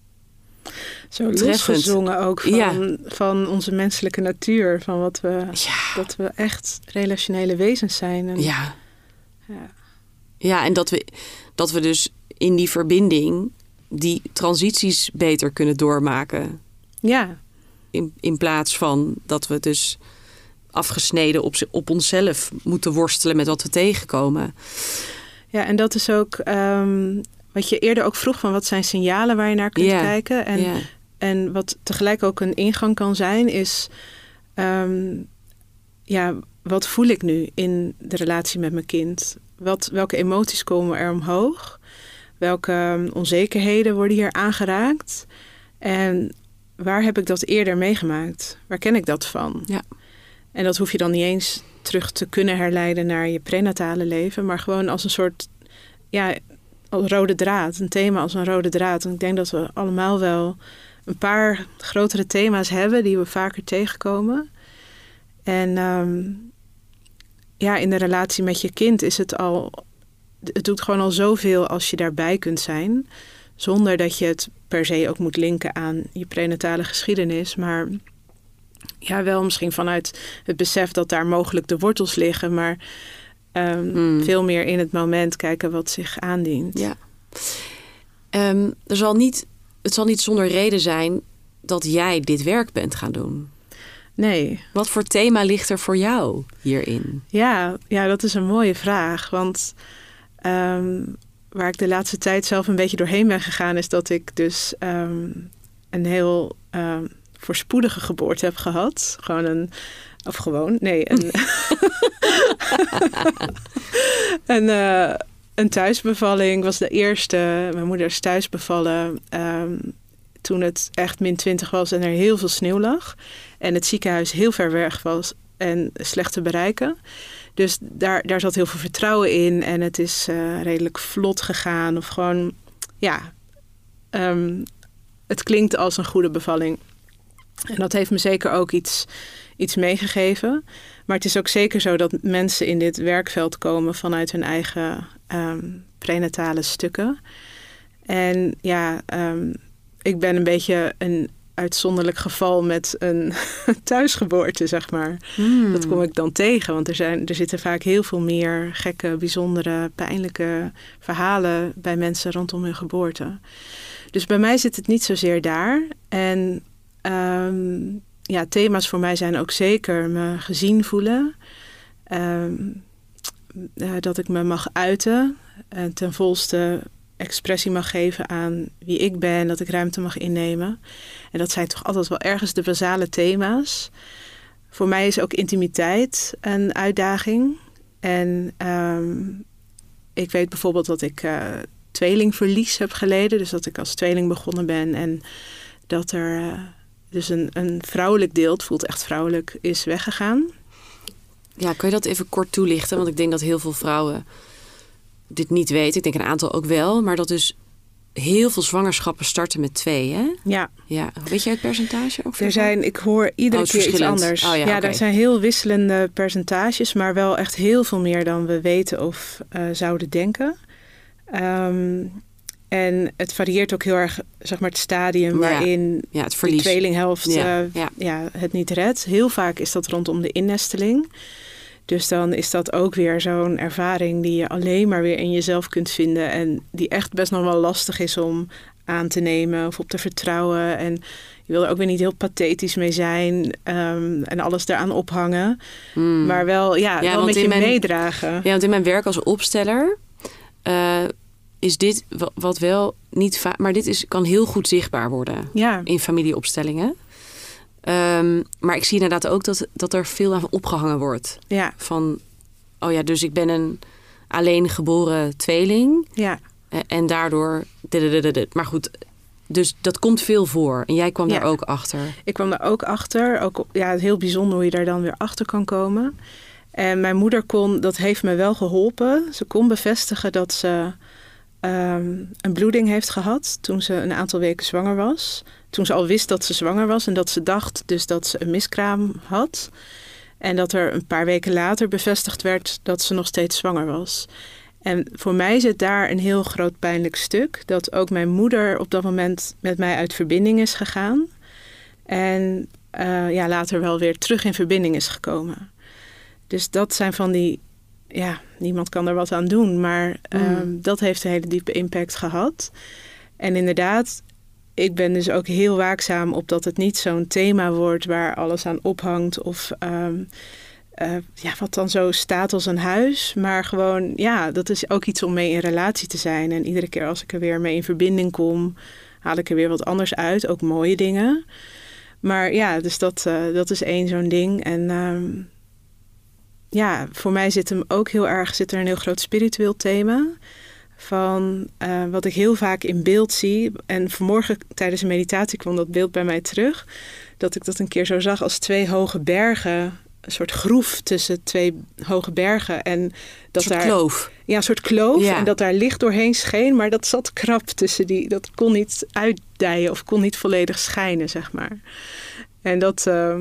Zo losgezongen ook van, ja. van onze menselijke natuur. Van wat we, ja. dat we echt relationele wezens zijn. En, ja. ja. Ja, en dat we, dat we dus in die verbinding die transities beter kunnen doormaken. Ja. In, in plaats van dat we dus afgesneden op, op onszelf moeten worstelen met wat we tegenkomen. Ja, en dat is ook um, wat je eerder ook vroeg van wat zijn signalen waar je naar kunt yeah. kijken. En, yeah. en wat tegelijk ook een ingang kan zijn is um, ja, wat voel ik nu in de relatie met mijn kind? Wat, welke emoties komen er omhoog? Welke onzekerheden worden hier aangeraakt? En waar heb ik dat eerder meegemaakt? Waar ken ik dat van? Ja. En dat hoef je dan niet eens terug te kunnen herleiden naar je prenatale leven, maar gewoon als een soort ja, rode draad. Een thema als een rode draad. En ik denk dat we allemaal wel een paar grotere thema's hebben die we vaker tegenkomen. En um, ja, in de relatie met je kind is het al... Het doet gewoon al zoveel als je daarbij kunt zijn. Zonder dat je het per se ook moet linken aan je prenatale geschiedenis. Maar ja, wel misschien vanuit het besef dat daar mogelijk de wortels liggen. Maar um, hmm. veel meer in het moment kijken wat zich aandient. Ja. Um, er zal niet, het zal niet zonder reden zijn dat jij dit werk bent gaan doen. Nee. Wat voor thema ligt er voor jou hierin? Ja, ja dat is een mooie vraag. Want um, waar ik de laatste tijd zelf een beetje doorheen ben gegaan, is dat ik dus um, een heel um, voorspoedige geboorte heb gehad. Gewoon een, of gewoon, nee, een, een, uh, een thuisbevalling was de eerste. Mijn moeder is thuis bevallen um, toen het echt min twintig was en er heel veel sneeuw lag. En het ziekenhuis heel ver weg was en slecht te bereiken. Dus daar, daar zat heel veel vertrouwen in. En het is uh, redelijk vlot gegaan. Of gewoon, ja, um, het klinkt als een goede bevalling. En dat heeft me zeker ook iets, iets meegegeven. Maar het is ook zeker zo dat mensen in dit werkveld komen vanuit hun eigen um, prenatale stukken. En ja, um, ik ben een beetje een uitzonderlijk geval met een thuisgeboorte, zeg maar. Hmm. Dat kom ik dan tegen, want er, zijn, er zitten vaak heel veel meer gekke, bijzondere, pijnlijke verhalen bij mensen rondom hun geboorte. Dus bij mij zit het niet zozeer daar. En um, ja, thema's voor mij zijn ook zeker me gezien voelen. Um, uh, dat ik me mag uiten en ten volste expressie mag geven aan wie ik ben, dat ik ruimte mag innemen. En dat zijn toch altijd wel ergens de basale thema's. Voor mij is ook intimiteit een uitdaging. En um, ik weet bijvoorbeeld dat ik uh, tweelingverlies heb geleden. Dus dat ik als tweeling begonnen ben en dat er uh, dus een, een vrouwelijk deel, het voelt echt vrouwelijk, is weggegaan. Ja, kan je dat even kort toelichten? Want ik denk dat heel veel vrouwen dit niet weten. Ik denk een aantal ook wel. Maar dat dus heel veel zwangerschappen starten met twee, hè? Ja. Ja. Weet jij het percentage? Of er zijn, ik hoor iedere oh, keer iets anders. Oh, ja, ja, okay. Er zijn heel wisselende percentages, maar wel echt heel veel meer dan we weten of uh, zouden denken. Um, en het varieert ook heel erg, zeg maar, het stadium ja. waarin ja, het verlies. de tweelinghelft ja. Uh, ja. Ja, het niet redt. Heel vaak is dat rondom de innesteling. Dus dan is dat ook weer zo'n ervaring die je alleen maar weer in jezelf kunt vinden. En die echt best nog wel lastig is om aan te nemen of op te vertrouwen. En je wil er ook weer niet heel pathetisch mee zijn um, en alles eraan ophangen. Mm. Maar wel, ja, ja wel met je mijn, meedragen. Ja, want in mijn werk als opsteller uh, is dit wat wel niet vaak, maar dit is, kan heel goed zichtbaar worden ja. in familieopstellingen. Um, maar ik zie inderdaad ook dat, dat er veel aan opgehangen wordt. Ja. Van, oh ja, dus ik ben een alleen geboren tweeling. Ja. En, en daardoor... Maar goed, dus dat komt veel voor. En jij kwam ja. daar ook achter. Ik kwam daar ook achter. Ook, ja, heel bijzonder hoe je daar dan weer achter kan komen. En mijn moeder kon, dat heeft me wel geholpen. Ze kon bevestigen dat ze um, een bloeding heeft gehad toen ze een aantal weken zwanger was. Toen ze al wist dat ze zwanger was en dat ze dacht dus dat ze een miskraam had. En dat er een paar weken later bevestigd werd dat ze nog steeds zwanger was. En voor mij zit daar een heel groot pijnlijk stuk. Dat ook mijn moeder op dat moment met mij uit verbinding is gegaan. En uh, ja, later wel weer terug in verbinding is gekomen. Dus dat zijn van die... Ja, niemand kan er wat aan doen. Maar mm. um, dat heeft een hele diepe impact gehad. En inderdaad, ik ben dus ook heel waakzaam op dat het niet zo'n thema wordt waar alles aan ophangt. Of um, uh, ja, wat dan zo staat als een huis. Maar gewoon, ja, dat is ook iets om mee in relatie te zijn. En iedere keer als ik er weer mee in verbinding kom, haal ik er weer wat anders uit. Ook mooie dingen. Maar ja, dus dat, uh, dat is één zo'n ding. En um, ja, voor mij zit hem ook heel erg, zit er een heel groot spiritueel thema. Van uh, wat ik heel vaak in beeld zie. En vanmorgen tijdens een meditatie kwam dat beeld bij mij terug. Dat ik dat een keer zo zag als twee hoge bergen. Een soort groef tussen twee hoge bergen. En dat een soort daar, kloof. Ja, een soort kloof. Ja. En dat daar licht doorheen scheen. Maar dat zat krap tussen die. Dat kon niet uitdijen of kon niet volledig schijnen, zeg maar. En dat... Uh,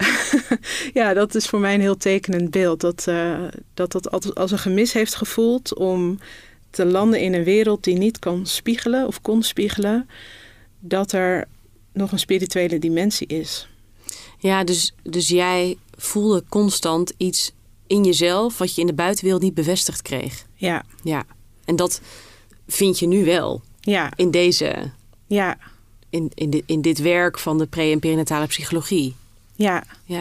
ja, dat is voor mij een heel tekenend beeld. Dat uh, dat, dat als een gemis heeft gevoeld om te landen in een wereld die niet kan spiegelen of kon spiegelen dat er nog een spirituele dimensie is. Ja, dus, dus jij voelde constant iets in jezelf wat je in de buitenwereld niet bevestigd kreeg. Ja. Ja. En dat vind je nu wel. Ja. In deze... Ja. In, in, dit, in dit werk van de pre- en perinatale psychologie. Ja. Ja.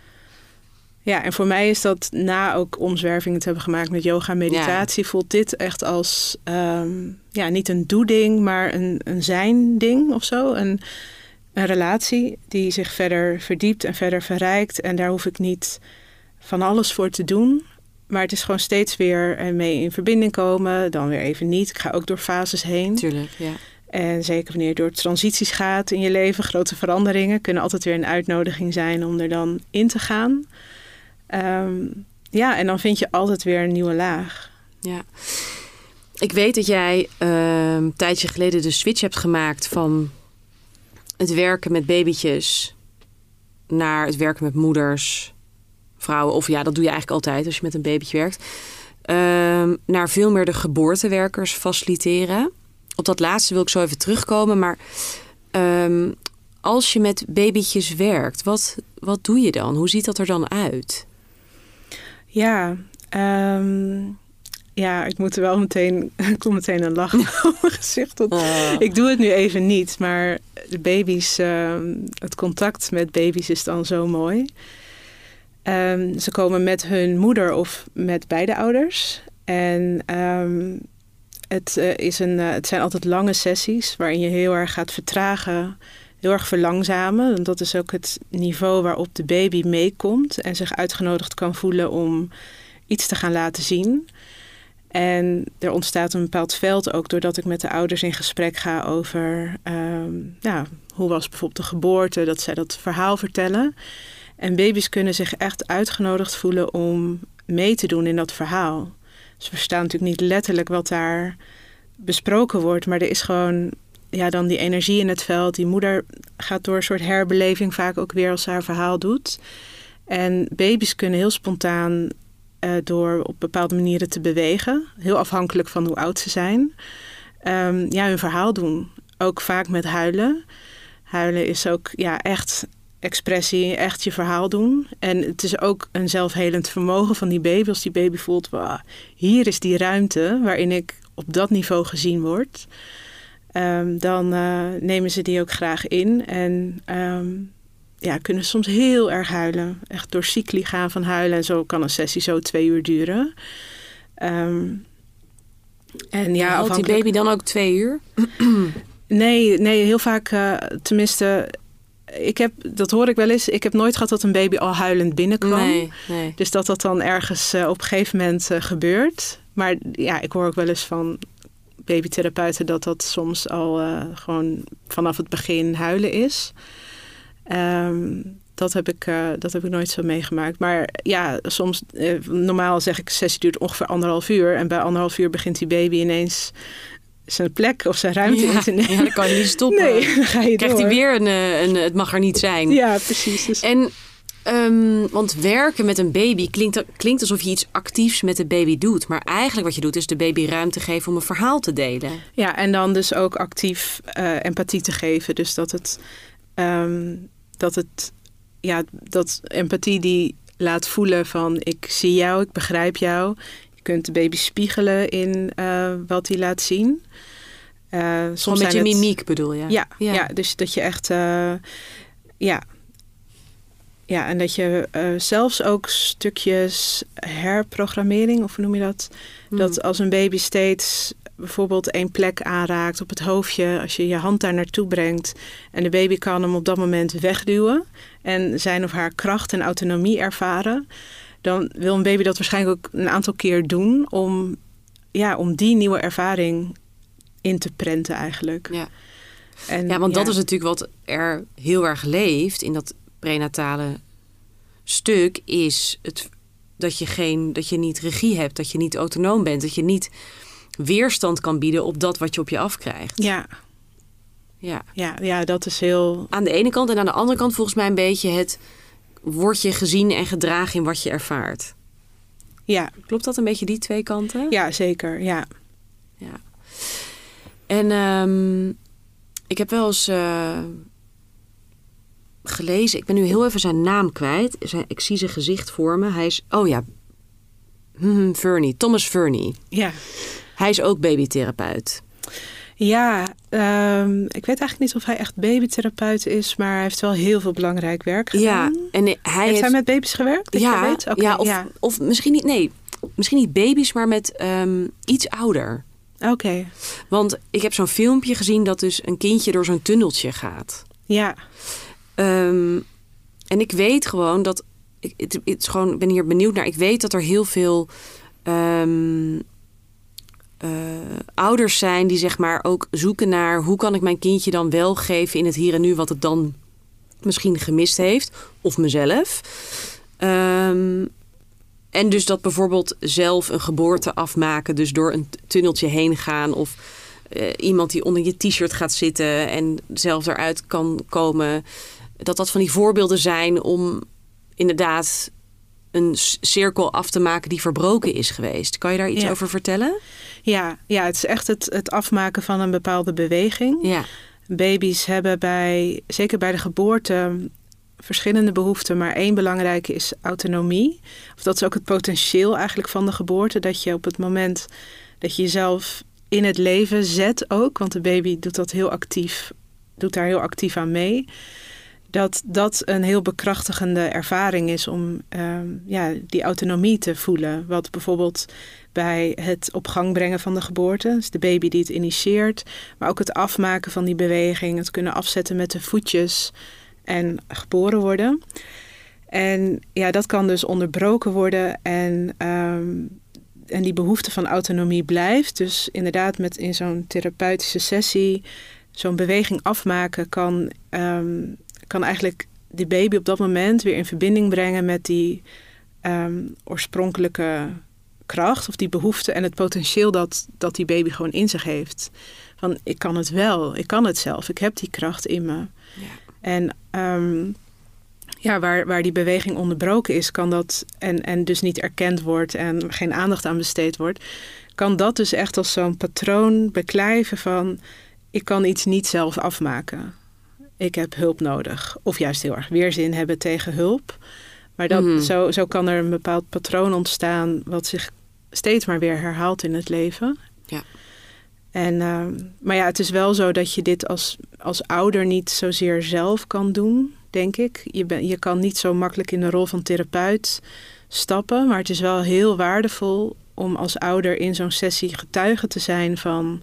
Ja, en voor mij is dat na ook omzwervingen te hebben gemaakt met yoga en meditatie, ja. voelt dit echt als um, ja, niet een doe-ding, maar een, een zijn-ding of zo. Een, een relatie die zich verder verdiept en verder verrijkt. En daar hoef ik niet van alles voor te doen. Maar het is gewoon steeds weer mee in verbinding komen, dan weer even niet. Ik ga ook door fases heen. Tuurlijk, ja. En zeker wanneer je door transities gaat in je leven, grote veranderingen, kunnen altijd weer een uitnodiging zijn om er dan in te gaan. Um, ja, en dan vind je altijd weer een nieuwe laag. Ja. Ik weet dat jij uh, een tijdje geleden de switch hebt gemaakt van het werken met babytjes naar het werken met moeders, vrouwen. Of ja, dat doe je eigenlijk altijd als je met een babytje werkt. Uh, naar veel meer de geboortewerkers faciliteren. Op dat laatste wil ik zo even terugkomen. Maar um, als je met babytjes werkt, wat, wat doe je dan? Hoe ziet dat er dan uit? Ja, um, ja, ik moet er wel meteen, ik kom meteen een lach op mijn gezicht. Want oh. Ik doe het nu even niet, maar de baby's, um, het contact met baby's is dan zo mooi. Um, ze komen met hun moeder of met beide ouders. En um, het, uh, is een, uh, het zijn altijd lange sessies waarin je heel erg gaat vertragen, heel erg verlangzamen. En dat is ook het niveau waarop de baby meekomt en zich uitgenodigd kan voelen om iets te gaan laten zien. En er ontstaat een bepaald veld ook doordat ik met de ouders in gesprek ga over um, ja, hoe was bijvoorbeeld de geboorte, dat zij dat verhaal vertellen. En baby's kunnen zich echt uitgenodigd voelen om mee te doen in dat verhaal. Ze verstaan natuurlijk niet letterlijk wat daar besproken wordt, maar er is gewoon ja, dan die energie in het veld. Die moeder gaat door een soort herbeleving vaak ook weer als ze haar verhaal doet. En baby's kunnen heel spontaan uh, door op bepaalde manieren te bewegen, heel afhankelijk van hoe oud ze zijn, um, ja, hun verhaal doen. Ook vaak met huilen. Huilen is ook ja, echt expressie, echt je verhaal doen. En het is ook een zelfhelend vermogen van die baby. Als die baby voelt, wow, hier is die ruimte waarin ik op dat niveau gezien word. Um, dan uh, nemen ze die ook graag in. En um, ja, kunnen soms heel erg huilen. Echt door cycli gaan van huilen. En zo kan een sessie zo twee uur duren. Um, en ja, houdt die baby dan ook twee uur? nee, nee, heel vaak, uh, tenminste, ik heb, dat hoor ik wel eens, ik heb nooit gehad dat een baby al huilend binnenkwam. Nee, nee. Dus dat dat dan ergens uh, op een gegeven moment uh, gebeurt. Maar ja, ik hoor ook wel eens van babytherapeuten dat dat soms al uh, gewoon vanaf het begin huilen is. Um, dat, heb ik, uh, dat heb ik nooit zo meegemaakt. Maar ja, soms, uh, normaal zeg ik, een sessie duurt ongeveer anderhalf uur. En bij anderhalf uur begint die baby ineens zijn plek of zijn ruimte ja, in te nemen. Ja, dan kan je niet stoppen. Nee, dan ga je krijgt door. hij weer een, een, het mag er niet zijn. Ja, precies. Dus en Um, want werken met een baby klinkt, klinkt alsof je iets actiefs met de baby doet. Maar eigenlijk wat je doet is de baby ruimte geven om een verhaal te delen. Ja, en dan dus ook actief uh, empathie te geven. Dus dat het, um, dat het, ja, dat empathie die laat voelen van ik zie jou, ik begrijp jou. Je kunt de baby spiegelen in uh, wat hij laat zien. Uh, soms met je het, mimiek bedoel je? Ja, ja. ja, dus dat je echt, uh, ja... Ja, en dat je uh, zelfs ook stukjes herprogrammering, of hoe noem je dat? Mm. Dat als een baby steeds bijvoorbeeld één plek aanraakt op het hoofdje, als je je hand daar naartoe brengt en de baby kan hem op dat moment wegduwen en zijn of haar kracht en autonomie ervaren, dan wil een baby dat waarschijnlijk ook een aantal keer doen om, ja, om die nieuwe ervaring in te prenten eigenlijk. Ja, en, ja want ja. dat is natuurlijk wat er heel erg leeft in dat prenatale stuk is het dat je geen dat je niet regie hebt, dat je niet autonoom bent, dat je niet weerstand kan bieden op dat wat je op je afkrijgt. Ja. Ja. Ja, ja, dat is heel aan de ene kant en aan de andere kant volgens mij een beetje het word je gezien en gedragen in wat je ervaart. Ja. Klopt dat een beetje die twee kanten? Ja, zeker. Ja. ja. En um, ik heb wel eens uh, gelezen... Ik ben nu heel even zijn naam kwijt. Zijn, ik zie zijn gezicht voor me. Hij is... Oh ja. Hmm, Verney. Thomas Verney. Ja. Hij is ook babytherapeut. Ja, um, ik weet eigenlijk niet of hij echt babytherapeut is, maar hij heeft wel heel veel belangrijk werk gedaan. Ja, en hij heeft, heeft hij met baby's gewerkt? Dat ja, je weet? Okay, ja, of, ja, of misschien niet, nee, misschien niet baby's, maar met um, iets ouder. Oké. Okay. Want ik heb zo'n filmpje gezien dat dus een kindje door zo'n tunneltje gaat. Ja. Um, en ik weet gewoon dat, ik, het, het is gewoon, ik ben hier benieuwd naar, ik weet dat er heel veel... Um, Uh, ouders zijn die zeg maar ook zoeken naar... hoe kan ik mijn kindje dan wel geven in het hier en nu... wat het dan misschien gemist heeft. Of mezelf. Um, en dus dat bijvoorbeeld zelf een geboorte afmaken... dus door een tunneltje heen gaan... of uh, iemand die onder je t-shirt gaat zitten... en zelf eruit kan komen. Dat dat van die voorbeelden zijn om inderdaad... een cirkel af te maken die verbroken is geweest. Kan je daar iets ja. over vertellen? Ja, ja, het is echt het, het afmaken van een bepaalde beweging. Ja. Baby's hebben bij, zeker bij de geboorte, verschillende behoeften. Maar één belangrijke is autonomie. Of dat is ook het potentieel eigenlijk van de geboorte. Dat je op het moment dat je jezelf in het leven zet ook. Want de baby doet dat heel actief, doet daar heel actief aan mee. Dat dat een heel bekrachtigende ervaring is om um, ja, die autonomie te voelen. Wat bijvoorbeeld bij het op gang brengen van de geboorte, dus de baby die het initieert, maar ook het afmaken van die beweging, het kunnen afzetten met de voetjes en geboren worden. En ja, dat kan dus onderbroken worden en, um, en die behoefte van autonomie blijft. Dus inderdaad met in zo'n therapeutische sessie zo'n beweging afmaken kan... Um, kan eigenlijk die baby op dat moment weer in verbinding brengen met die um, oorspronkelijke kracht of die behoefte en het potentieel dat, dat die baby gewoon in zich heeft. Van ik kan het wel, ik kan het zelf, ik heb die kracht in me. Ja. En um, ja, waar, waar die beweging onderbroken is, kan dat en, en dus niet erkend wordt en geen aandacht aan besteed wordt, kan dat dus echt als zo'n patroon beklijven van ik kan iets niet zelf afmaken. Ik heb hulp nodig. Of juist heel erg weerzin hebben tegen hulp. Maar dat, mm. zo, zo kan er een bepaald patroon ontstaan wat zich steeds maar weer herhaalt in het leven. Ja. En, uh, maar ja, het is wel zo dat je dit als, als ouder niet zozeer zelf kan doen, denk ik. Je, ben, je kan niet zo makkelijk in de rol van therapeut stappen. Maar het is wel heel waardevol om als ouder in zo'n sessie getuige te zijn van...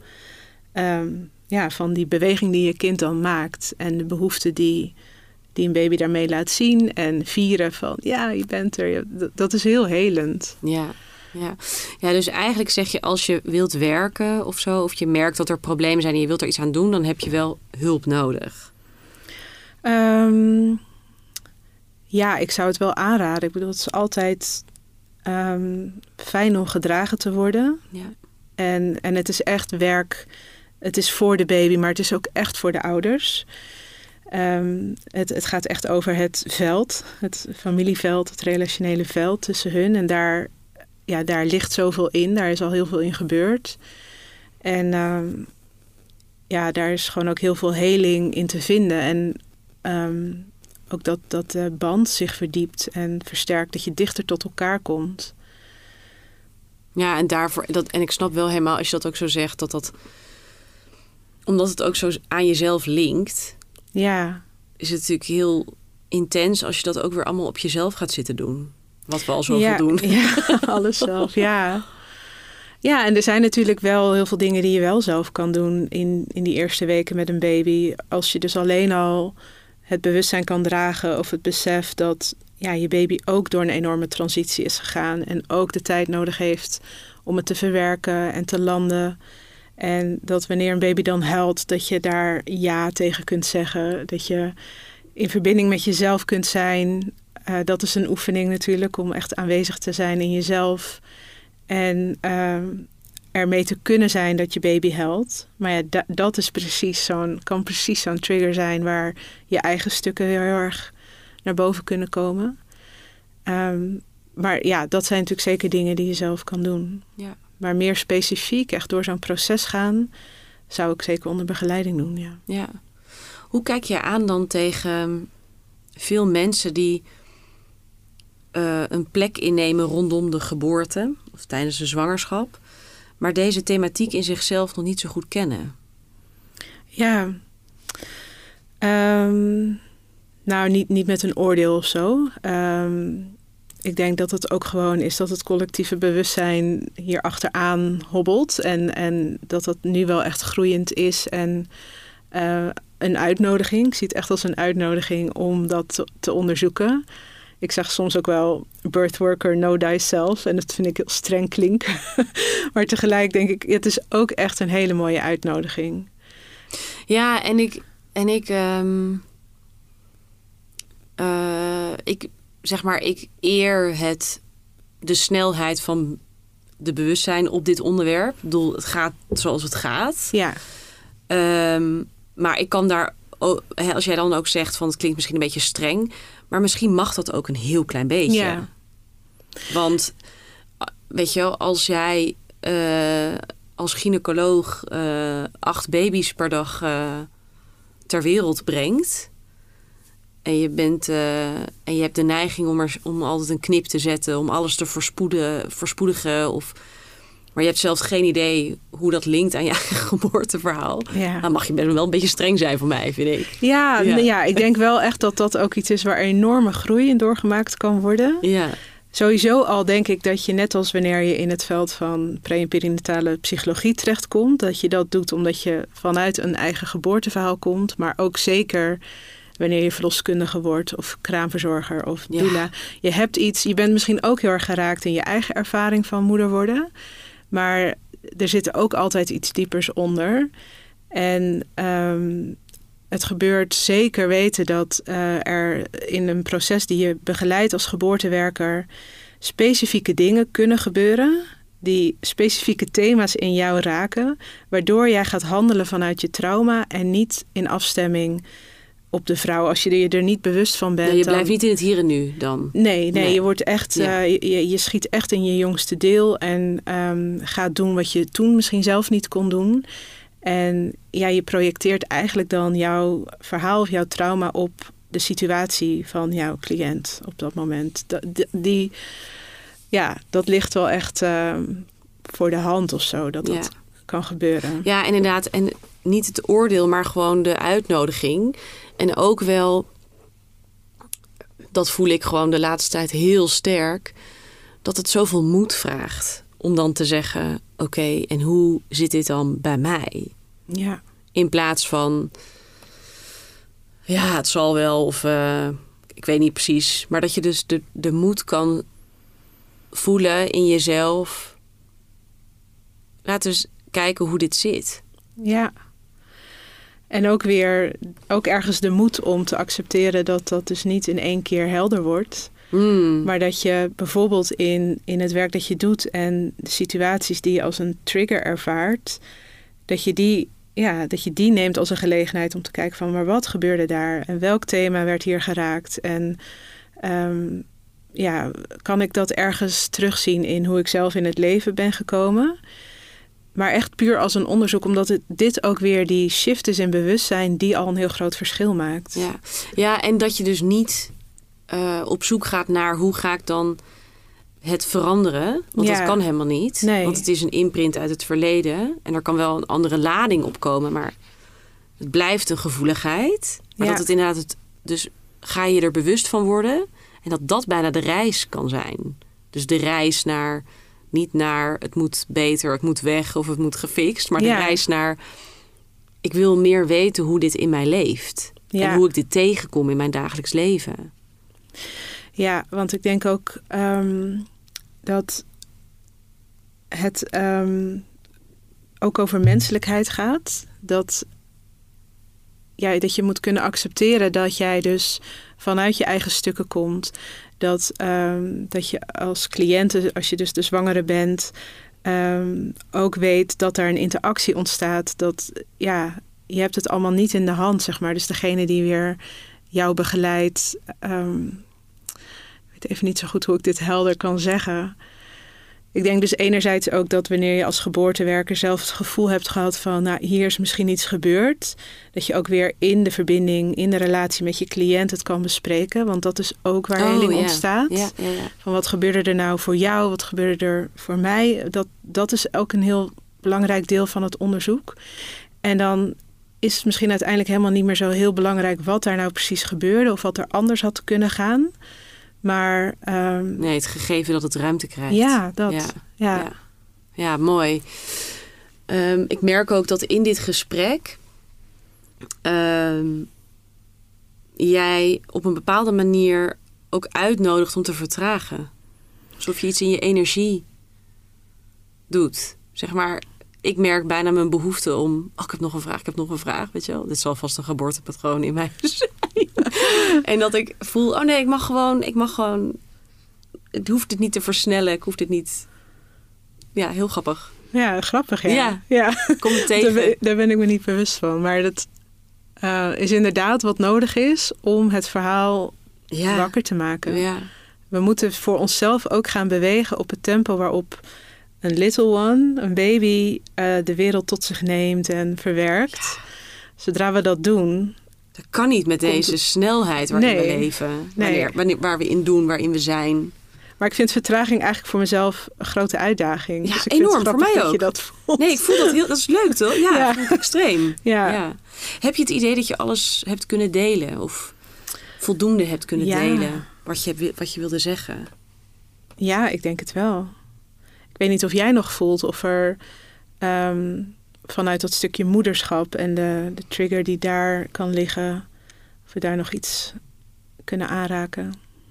Um, Ja, van die beweging die je kind dan maakt. En de behoefte die, die een baby daarmee laat zien. En vieren van, ja, je bent er. Dat, dat is heel helend. Ja, ja. ja, dus eigenlijk zeg je als je wilt werken of zo... of je merkt dat er problemen zijn en je wilt er iets aan doen... dan heb je wel hulp nodig. Um, ja, ik zou het wel aanraden. Ik bedoel, het is altijd um, fijn om gedragen te worden. Ja. En, en het is echt werk... Het is voor de baby, maar het is ook echt voor de ouders. Um, het, het gaat echt over het veld, het familieveld, het relationele veld tussen hun. En daar, ja, daar ligt zoveel in, daar is al heel veel in gebeurd. En um, ja, daar is gewoon ook heel veel heling in te vinden. En um, ook dat, dat de band zich verdiept en versterkt, dat je dichter tot elkaar komt. Ja, en daarvoor, dat, en ik snap wel helemaal als je dat ook zo zegt, dat dat... Omdat het ook zo aan jezelf linkt, ja. is het natuurlijk heel intens als je dat ook weer allemaal op jezelf gaat zitten doen. Wat we al zoveel ja, doen. Ja, alles zelf, ja. Ja, en er zijn natuurlijk wel heel veel dingen die je wel zelf kan doen in, in die eerste weken met een baby. Als je dus alleen al het bewustzijn kan dragen of het besef dat ja, je baby ook door een enorme transitie is gegaan. En ook de tijd nodig heeft om het te verwerken en te landen. En dat wanneer een baby dan huilt, dat je daar ja tegen kunt zeggen. Dat je in verbinding met jezelf kunt zijn. Uh, dat is een oefening natuurlijk, om echt aanwezig te zijn in jezelf. En uh, ermee te kunnen zijn dat je baby huilt. Maar ja, da- dat is precies zo'n, kan precies zo'n trigger zijn waar je eigen stukken heel erg naar boven kunnen komen. Um, maar ja, dat zijn natuurlijk zeker dingen die je zelf kan doen. Ja. Maar meer specifiek, echt door zo'n proces gaan, zou ik zeker onder begeleiding doen, ja. Ja. Hoe kijk je aan dan tegen veel mensen die uh, een plek innemen rondom de geboorte of tijdens de zwangerschap, maar deze thematiek in zichzelf nog niet zo goed kennen? Ja, um, nou niet, niet met een oordeel of zo. Um, ik denk dat het ook gewoon is dat het collectieve bewustzijn hier achteraan hobbelt. En, en dat dat nu wel echt groeiend is. En uh, een uitnodiging, ik zie het echt als een uitnodiging om dat te, te onderzoeken. Ik zeg soms ook wel birthworker, know thyself. En dat vind ik heel streng klinken. Maar tegelijk denk ik, het is ook echt een hele mooie uitnodiging. Ja, en ik... En ik, um, uh, ik zeg maar, ik eer het de snelheid van de bewustzijn op dit onderwerp. Ik bedoel, het gaat zoals het gaat. Ja. Um, maar ik kan daar, als jij dan ook zegt van het klinkt misschien een beetje streng, maar misschien mag dat ook een heel klein beetje. Ja. Want weet je wel, als jij uh, als gynaecoloog uh, acht baby's per dag uh, ter wereld brengt en je bent uh, en je hebt de neiging om er om altijd een knip te zetten, om alles te verspoeden, verspoedigen, of maar je hebt zelfs geen idee hoe dat linkt aan je eigen geboorteverhaal. Ja. Dan mag je best wel een beetje streng zijn voor mij, vind ik. Ja, ja. ja, ik denk wel echt dat dat ook iets is waar enorme groei in doorgemaakt kan worden. Ja. Sowieso al denk ik dat je net als wanneer je in het veld van pre- en perinatale psychologie terechtkomt, dat je dat doet omdat je vanuit een eigen geboorteverhaal komt, maar ook zeker wanneer je verloskundige wordt of kraamverzorger of doula. Ja. Je hebt iets, je bent misschien ook heel erg geraakt in je eigen ervaring van moeder worden, maar er zit ook altijd iets diepers onder. En um, het gebeurt zeker weten dat uh, er in een proces die je begeleidt als geboortewerker specifieke dingen kunnen gebeuren die specifieke thema's in jou raken, waardoor jij gaat handelen vanuit je trauma en niet in afstemming op de vrouw. Als je er niet bewust van bent. Ja, je blijft dan... niet in het hier en nu dan. Nee, nee, nee. je wordt echt, ja. uh, je, je schiet echt in je jongste deel en um, gaat doen wat je toen misschien zelf niet kon doen. En ja, je projecteert eigenlijk dan jouw verhaal of jouw trauma op de situatie van jouw cliënt op dat moment. Die, die ja, dat ligt wel echt uh, voor de hand of zo, dat dat ja. kan gebeuren. Ja, inderdaad. En niet het oordeel, maar gewoon de uitnodiging. En ook wel, dat voel ik gewoon de laatste tijd heel sterk, dat het zoveel moed vraagt om dan te zeggen, oké, okay, en hoe zit dit dan bij mij? Ja. In plaats van, ja, het zal wel, of uh, ik weet niet precies. Maar dat je dus de, de moed kan voelen in jezelf. Laten we eens kijken hoe dit zit. Ja. En ook weer, ook ergens de moed om te accepteren dat dat dus niet in één keer helder wordt. Mm. Maar dat je bijvoorbeeld in, in het werk dat je doet en de situaties die je als een trigger ervaart, dat je die, ja, dat je die neemt als een gelegenheid om te kijken van, maar wat gebeurde daar? En welk thema werd hier geraakt? En um, ja, kan ik dat ergens terugzien in hoe ik zelf in het leven ben gekomen? Maar echt puur als een onderzoek, omdat het, dit ook weer die shift is in bewustzijn die al een heel groot verschil maakt. Ja, ja en dat je dus niet uh, op zoek gaat naar hoe ga ik dan het veranderen. Want ja. dat kan helemaal niet. Nee. Want het is een imprint uit het verleden. En er kan wel een andere lading op komen. Maar het blijft een gevoeligheid. Maar ja. dat het inderdaad, het, dus ga je er bewust van worden. En dat dat bijna de reis kan zijn. Dus de reis naar, niet naar het moet beter, het moet weg of het moet gefixt. Maar de ja. reis naar, ik wil meer weten hoe dit in mij leeft. Ja. En hoe ik dit tegenkom in mijn dagelijks leven. Ja, want ik denk ook um, dat het um, ook over menselijkheid gaat. Dat, ja, dat je moet kunnen accepteren dat jij dus vanuit je eigen stukken komt. Dat, um, dat je als cliënte, als je dus de zwangere bent, um, ook weet dat er een interactie ontstaat. Dat, ja, je hebt het allemaal niet in de hand, zeg maar. Dus degene die weer jou begeleidt. Um, ik weet even niet zo goed hoe ik dit helder kan zeggen. ik denk dus enerzijds ook dat wanneer je als geboortewerker zelf het gevoel hebt gehad van, nou, hier is misschien iets gebeurd, dat je ook weer in de verbinding, in de relatie met je cliënt het kan bespreken. Want dat is ook waar Oh, heling ja. ontstaat. Ja, ja, ja. Van wat gebeurde er nou voor jou, wat gebeurde er voor mij. Dat, dat is ook een heel belangrijk deel van het onderzoek. En dan is het misschien uiteindelijk helemaal niet meer zo heel belangrijk wat daar nou precies gebeurde of wat er anders had kunnen gaan. Maar um, Nee, het gegeven dat het ruimte krijgt. ja, dat. Ja. Ja. Ja, ja mooi. Um, ik merk ook dat in dit gesprek um, jij op een bepaalde manier ook uitnodigt om te vertragen. Alsof je iets in je energie doet. Zeg maar, ik merk bijna mijn behoefte om, oh, ik heb nog een vraag, ik heb nog een vraag, weet je wel. Dit zal vast een geboortepatroon in mij zijn. En dat ik voel, oh nee, ik mag gewoon, ik mag gewoon, ik hoef dit niet te versnellen, ik hoef dit niet, ja, heel grappig. Ja, grappig, ja. Ja, ja. Kom het tegen. Daar, ben, daar ben ik me niet bewust van. Maar dat uh, is inderdaad wat nodig is om het verhaal Ja. wakker te maken. Ja. We moeten voor onszelf ook gaan bewegen op het tempo waarop een little one, een baby, uh, de wereld tot zich neemt en verwerkt. Ja. Zodra we dat doen. Dat kan niet met deze Komt... snelheid waarin nee. we leven. Nee. Wanneer, wanneer, waar we in doen, waarin we zijn. Maar ik vind vertraging eigenlijk voor mezelf een grote uitdaging. Ja, dus ik enorm, vind het voor mij dat ook. je dat voelt. Nee, ik voel dat heel, dat is leuk toch? Ja, Ja. dat vind ik extreem. Ja. Ja. Heb je het idee dat je alles hebt kunnen delen? Of voldoende hebt kunnen Ja. delen? Wat je, wat je wilde zeggen? Ja, ik denk het wel. Ik weet niet of jij nog voelt of er um, vanuit dat stukje moederschap en de, de trigger die daar kan liggen, of we daar nog iets kunnen aanraken.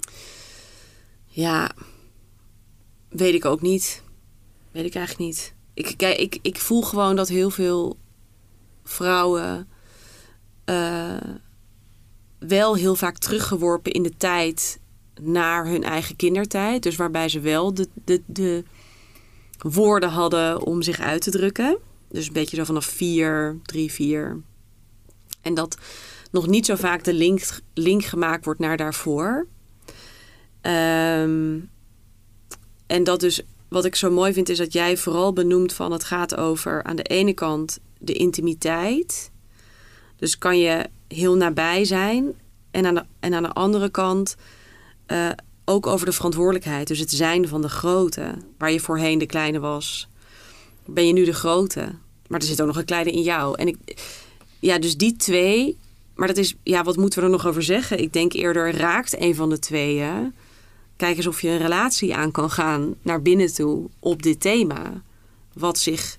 Ja, weet ik ook niet. Weet ik eigenlijk niet. Ik, kijk, ik, ik voel gewoon dat heel veel vrouwen uh, wel heel vaak teruggeworpen in de tijd naar hun eigen kindertijd. Dus waarbij ze wel de, de, de woorden hadden om zich uit te drukken. Dus een beetje zo vanaf vier, drie, vier. En dat nog niet zo vaak de link, link gemaakt wordt naar daarvoor. Um, en dat dus, wat ik zo mooi vind, is dat jij vooral benoemt van het gaat over aan de ene kant de intimiteit. Dus kan je heel nabij zijn. En aan de, en aan de andere kant uh, ook over de verantwoordelijkheid. Dus het zijn van de grote. Waar je voorheen de kleine was, ben je nu de grote. Maar er zit ook nog een kleine in jou. En ik, ja, dus die twee. Maar dat is, ja, wat moeten we er nog over zeggen? Ik denk eerder, raakt een van de tweeën. Kijk eens of je een relatie aan kan gaan naar binnen toe op dit thema. Wat zich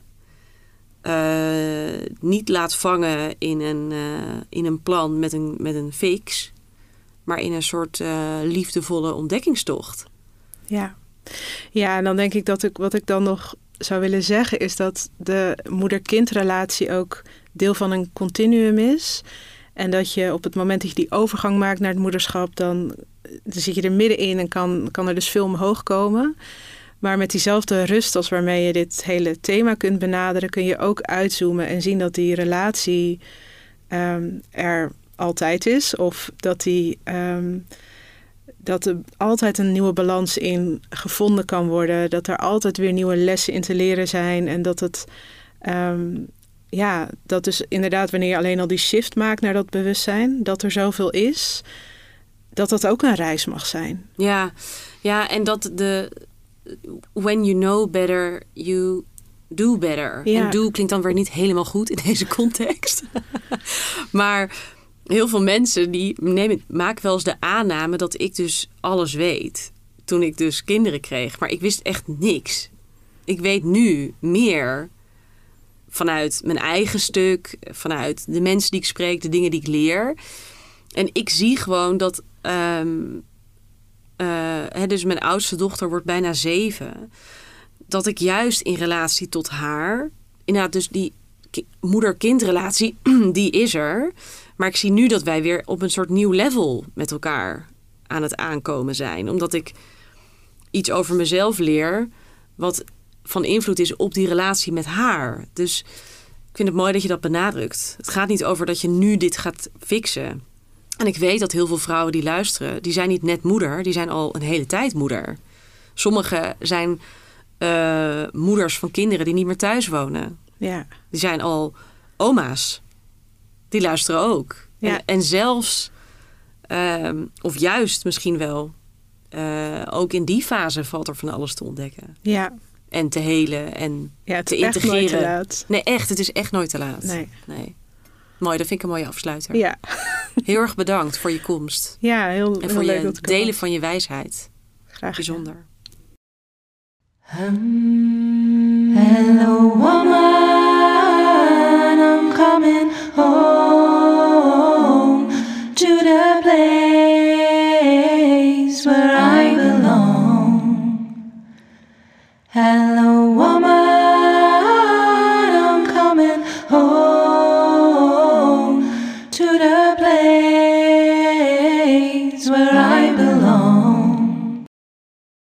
uh, niet laat vangen in een, uh, in een plan met een, met een fix. Maar in een soort uh, liefdevolle ontdekkingstocht. Ja. Ja, en dan denk ik dat ik wat ik dan nog zou willen zeggen is dat de moeder-kindrelatie ook deel van een continuum is. En dat je op het moment dat je die overgang maakt naar het moederschap, dan, dan zit je er middenin en kan, kan er dus veel omhoog komen. Maar met diezelfde rust als waarmee je dit hele thema kunt benaderen, kun je ook uitzoomen en zien dat die relatie um, er altijd is. Of dat, die, um, dat er altijd een nieuwe balans in gevonden kan worden. Dat er altijd weer nieuwe lessen in te leren zijn. En dat het... Um, Ja, dat dus inderdaad wanneer je alleen al die shift maakt naar dat bewustzijn, dat er zoveel is, dat dat ook een reis mag zijn. Ja, ja, en dat de when you know better, you do better. Ja. En do klinkt dan weer niet helemaal goed in deze context. Maar heel veel mensen die nemen, maken wel eens de aanname dat ik dus alles weet. Toen ik dus kinderen kreeg. Maar ik wist echt niks. Ik weet nu meer vanuit mijn eigen stuk, vanuit de mensen die ik spreek, de dingen die ik leer. En ik zie gewoon dat... Um, uh, hè, dus mijn oudste dochter wordt bijna zeven. Dat ik juist in relatie tot haar... Inderdaad, dus die ki- moeder-kindrelatie, die is er. Maar ik zie nu dat wij weer op een soort nieuw level met elkaar aan het aankomen zijn. Omdat ik iets over mezelf leer wat van invloed is op die relatie met haar. Dus ik vind het mooi dat je dat benadrukt. Het gaat niet over dat je nu dit gaat fixen. En ik weet dat heel veel vrouwen die luisteren, die zijn niet net moeder, die zijn al een hele tijd moeder. Sommigen zijn uh, moeders van kinderen die niet meer thuis wonen. Ja. Die zijn al oma's. Die luisteren ook. Ja. En, en zelfs, uh, of juist misschien wel, uh, ook in die fase valt er van alles te ontdekken. Ja. En te helen en ja, het te is echt integreren. nooit te laat. Nee, echt. Het is echt nooit te laat. Nee. nee. Mooi, dat vind ik een mooie afsluiter. Ja. Heel erg bedankt voor je komst. Ja, heel, en heel voor leuk je dat ik delen was. van je wijsheid. Graag. Bijzonder. Um, hello woman, I'm coming home to the place where I belong. Hello woman, I'm coming home to the place where I belong.